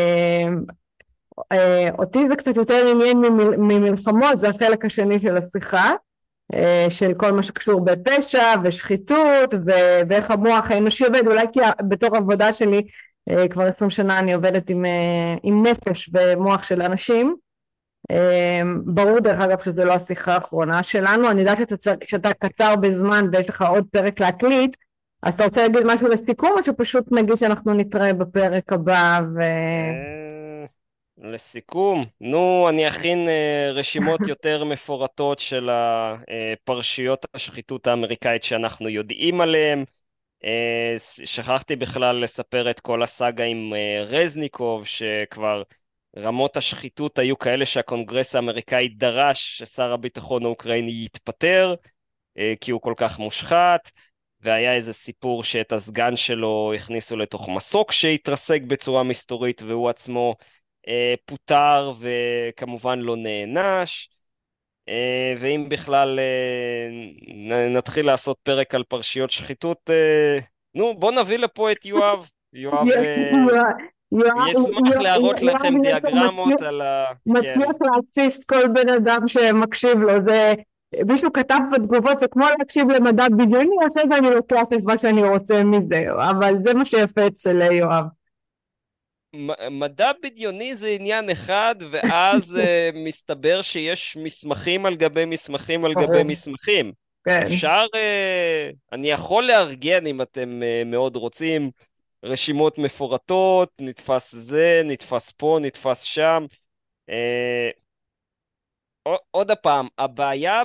אותי זה קצת יותר עניין ממלחמות, זה החלק השני של השיחה, של כל מה שקשור בפשע ושחיתות ואיך המוח האנושי עובד, אולי כי בתור עבודה שלי כבר 20 שנה אני עובדת עם נפש ומוח של אנשים, ברור דרך אגב שזה לא השיחה האחרונה שלנו, אני יודעת שאתה קצר בזמן ויש לך עוד פרק להקליט, אז אתה רוצה להגיד משהו לסיכום או שפשוט נגיד שאנחנו נתראה בפרק הבא לסיכום, נו, אני אכין רשימות יותר מפורטות של הפרשיות השחיתות האמריקאית שאנחנו יודעים עליהן. שכחתי בכלל לספר את כל הסאגה עם רזניקוב, שכבר רמות השחיתות היו כאלה שהקונגרס האמריקאי דרש ששר הביטחון האוקראיני יתפטר, כי הוא כל כך מושחת, והיה איזה סיפור שאת הסגן שלו הכניסו לתוך מסוק שהתרסק בצורה מסתורית, והוא עצמו פוטר וכמובן לא נענש. ואם בכלל נתחיל לעשות פרק על פרשיות שחיתות, נו, בוא נביא לפה את יואב. יואב ישמח להראות לכם דיאגרמות על ה... מצליח להציס כל בן אדם שמקשיב לו. זה מישהו כתב בתגובות, זה כמו להקשיב למדע בדיוני, אחרי זה אני לוקח את מה שאני רוצה מזה, אבל זה מה שיפה אצל יואב. מדע בדיוני זה עניין אחד, ואז מסתבר שיש מסמכים על גבי מסמכים על גבי מסמכים. אפשר, אני יכול לארגן אם אתם מאוד רוצים, רשימות מפורטות, נתפס זה, נתפס פה, נתפס שם. עוד הפעם, הבעיה,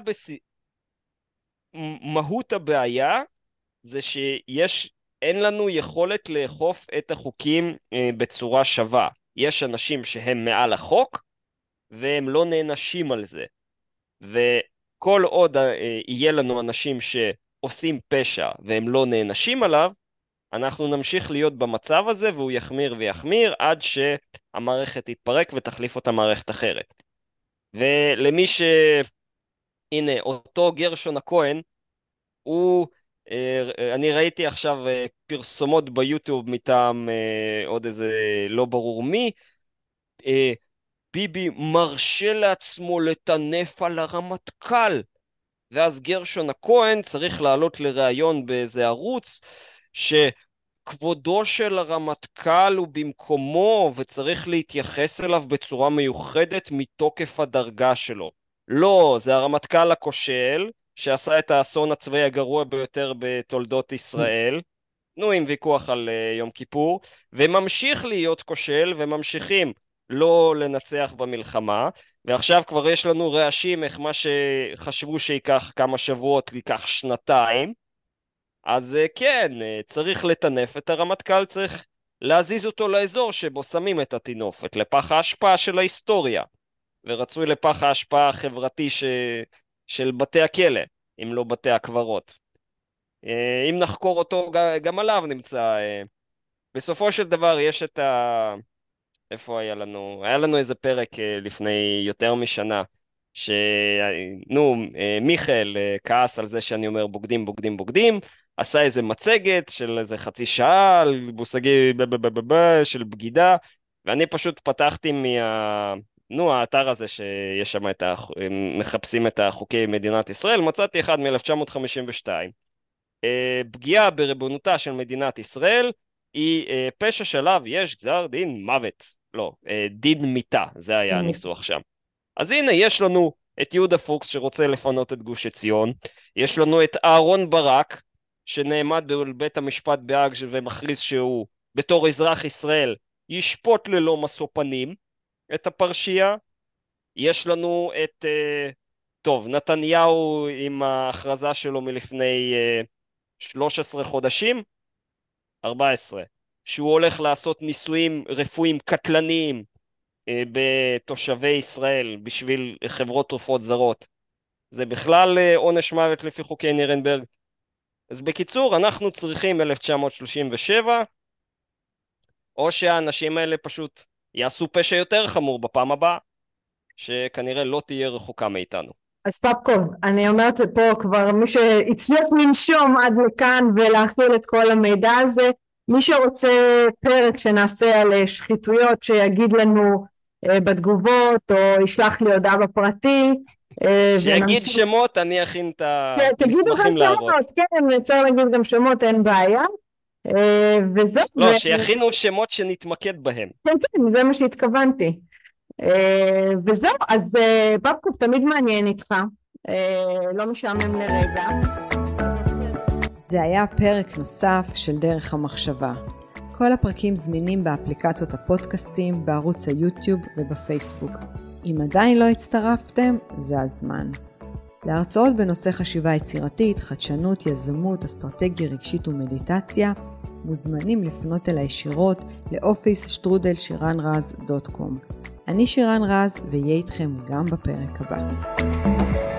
מהות הבעיה זה אין לנו יכולת לאכוף את החוקים בצורה שווה. יש אנשים שהם מעל החוק, והם לא נענשים על זה. וכל עוד יהיה לנו אנשים שעושים פשע, והם לא נענשים עליו, אנחנו נמשיך להיות במצב הזה, והוא יחמיר ויחמיר, עד שהמערכת תתפרק ותחליף אותה מערכת אחרת. ולמי הנה, אותו גרשון הכהן, אני ראיתי עכשיו פרסומות ביוטיוב מטעם עוד איזה לא ברור מי, ביבי מרשה לעצמו לטנף על הרמטכ"ל, ואז גרשון הכהן צריך לעלות לראיון באיזה ערוץ, שכבודו של הרמטכ"ל הוא במקומו, וצריך להתייחס אליו בצורה מיוחדת מתוקף הדרגה שלו. לא, זה הרמטכ"ל הכושל, שעשה את האסון הצבאי הגרוע ביותר בתולדות ישראל, נו, עם ויכוח על יום כיפור, וממשיך להיות כושל, וממשיכים לא לנצח במלחמה, ועכשיו כבר יש לנו רעשים איך מה שחשבו שיקח כמה שבועות, ייקח שנתיים, אז כן, צריך לטנף את הרמטכ"ל, צריך להזיז אותו לאזור שבו שמים את התינופת, לפח ההשפעה של ההיסטוריה, ורצוי לפח ההשפעה החברתי של בתי הכלא, אם לא בתי הקברות. אם נחקור אותו, גם עליו נמצא. בסופו של דבר יש את איפה היה לנו? היה לנו איזה פרק לפני יותר משנה, מיכאל כעס על זה שאני אומר בוגדים, בוגדים, בוגדים, עשה איזה מצגת של איזה חצי שעה על מושגי של בגידה, ואני פשוט פתחתי האתר הזה שיש שם מחפשים את החוקי מדינת ישראל, מצאתי אחד מ-1952. פגיעה בריבונותה של מדינת ישראל היא פשע שלב יש גזר דין מוות, לא, דין מיתה, זה היה הניסוח שם. אז הנה יש לנו את יהודה פוקס שרוצה לפנות את גוש עציון, יש לנו את אהרון ברק שנעמד בבית המשפט בהאג ומכריז שהוא בתור אזרח ישראל ישפוט ללא משוא פנים את הפרשייה. יש לנו את נתניהו עם ההכרזה שלו מלפני 13 חודשים, 14, שהוא הולך לעשות ניסויים רפואיים קטלניים בתושבי ישראל בשביל חברות תרופות זרות. זה בכלל עונש מוות לפי חוקי נירנברג. אז בקיצור, אנחנו צריכים 1937, או שהאנשים האלה פשוט יעשו פשע יותר חמור בפעם הבאה, שכנראה לא תהיה רחוקה מאיתנו. אז פפקוב, אני אומרת פה כבר מי שהצליח לנשום עד לכאן ולהכיל את כל המידע הזה, מי שרוצה פרק שנעשה על שחיתויות שיגיד לנו בתגובות או ישלח לי הודעה בפרטי. שיגיד שמות, אני אכין את המסמכים להראות. כן, אפשר להגיד גם שמות, אין בעיה. לא, שיכינו שמות שנתמקד בהם. כן, זה מה שהתכוונתי. וזהו, אז פפקוב תמיד מעניין איתך, לא משעמם לרגע. זה היה פרק נוסף של דרך המחשבה. כל הפרקים זמינים באפליקציות הפודקאסטים, בערוץ היוטיוב ובפייסבוק. אם עדיין לא הצטרפתם, זה הזמן. להרצאות בנושא חשיבה יצירתית, חדשנות, יזמות, אסטרטגיה רגשית ומדיטציה, מוזמנים לפנות אליי ישירות ל-office@shiranraz.com. אני שירן רז, ויהיה איתכם גם בפרק הבא.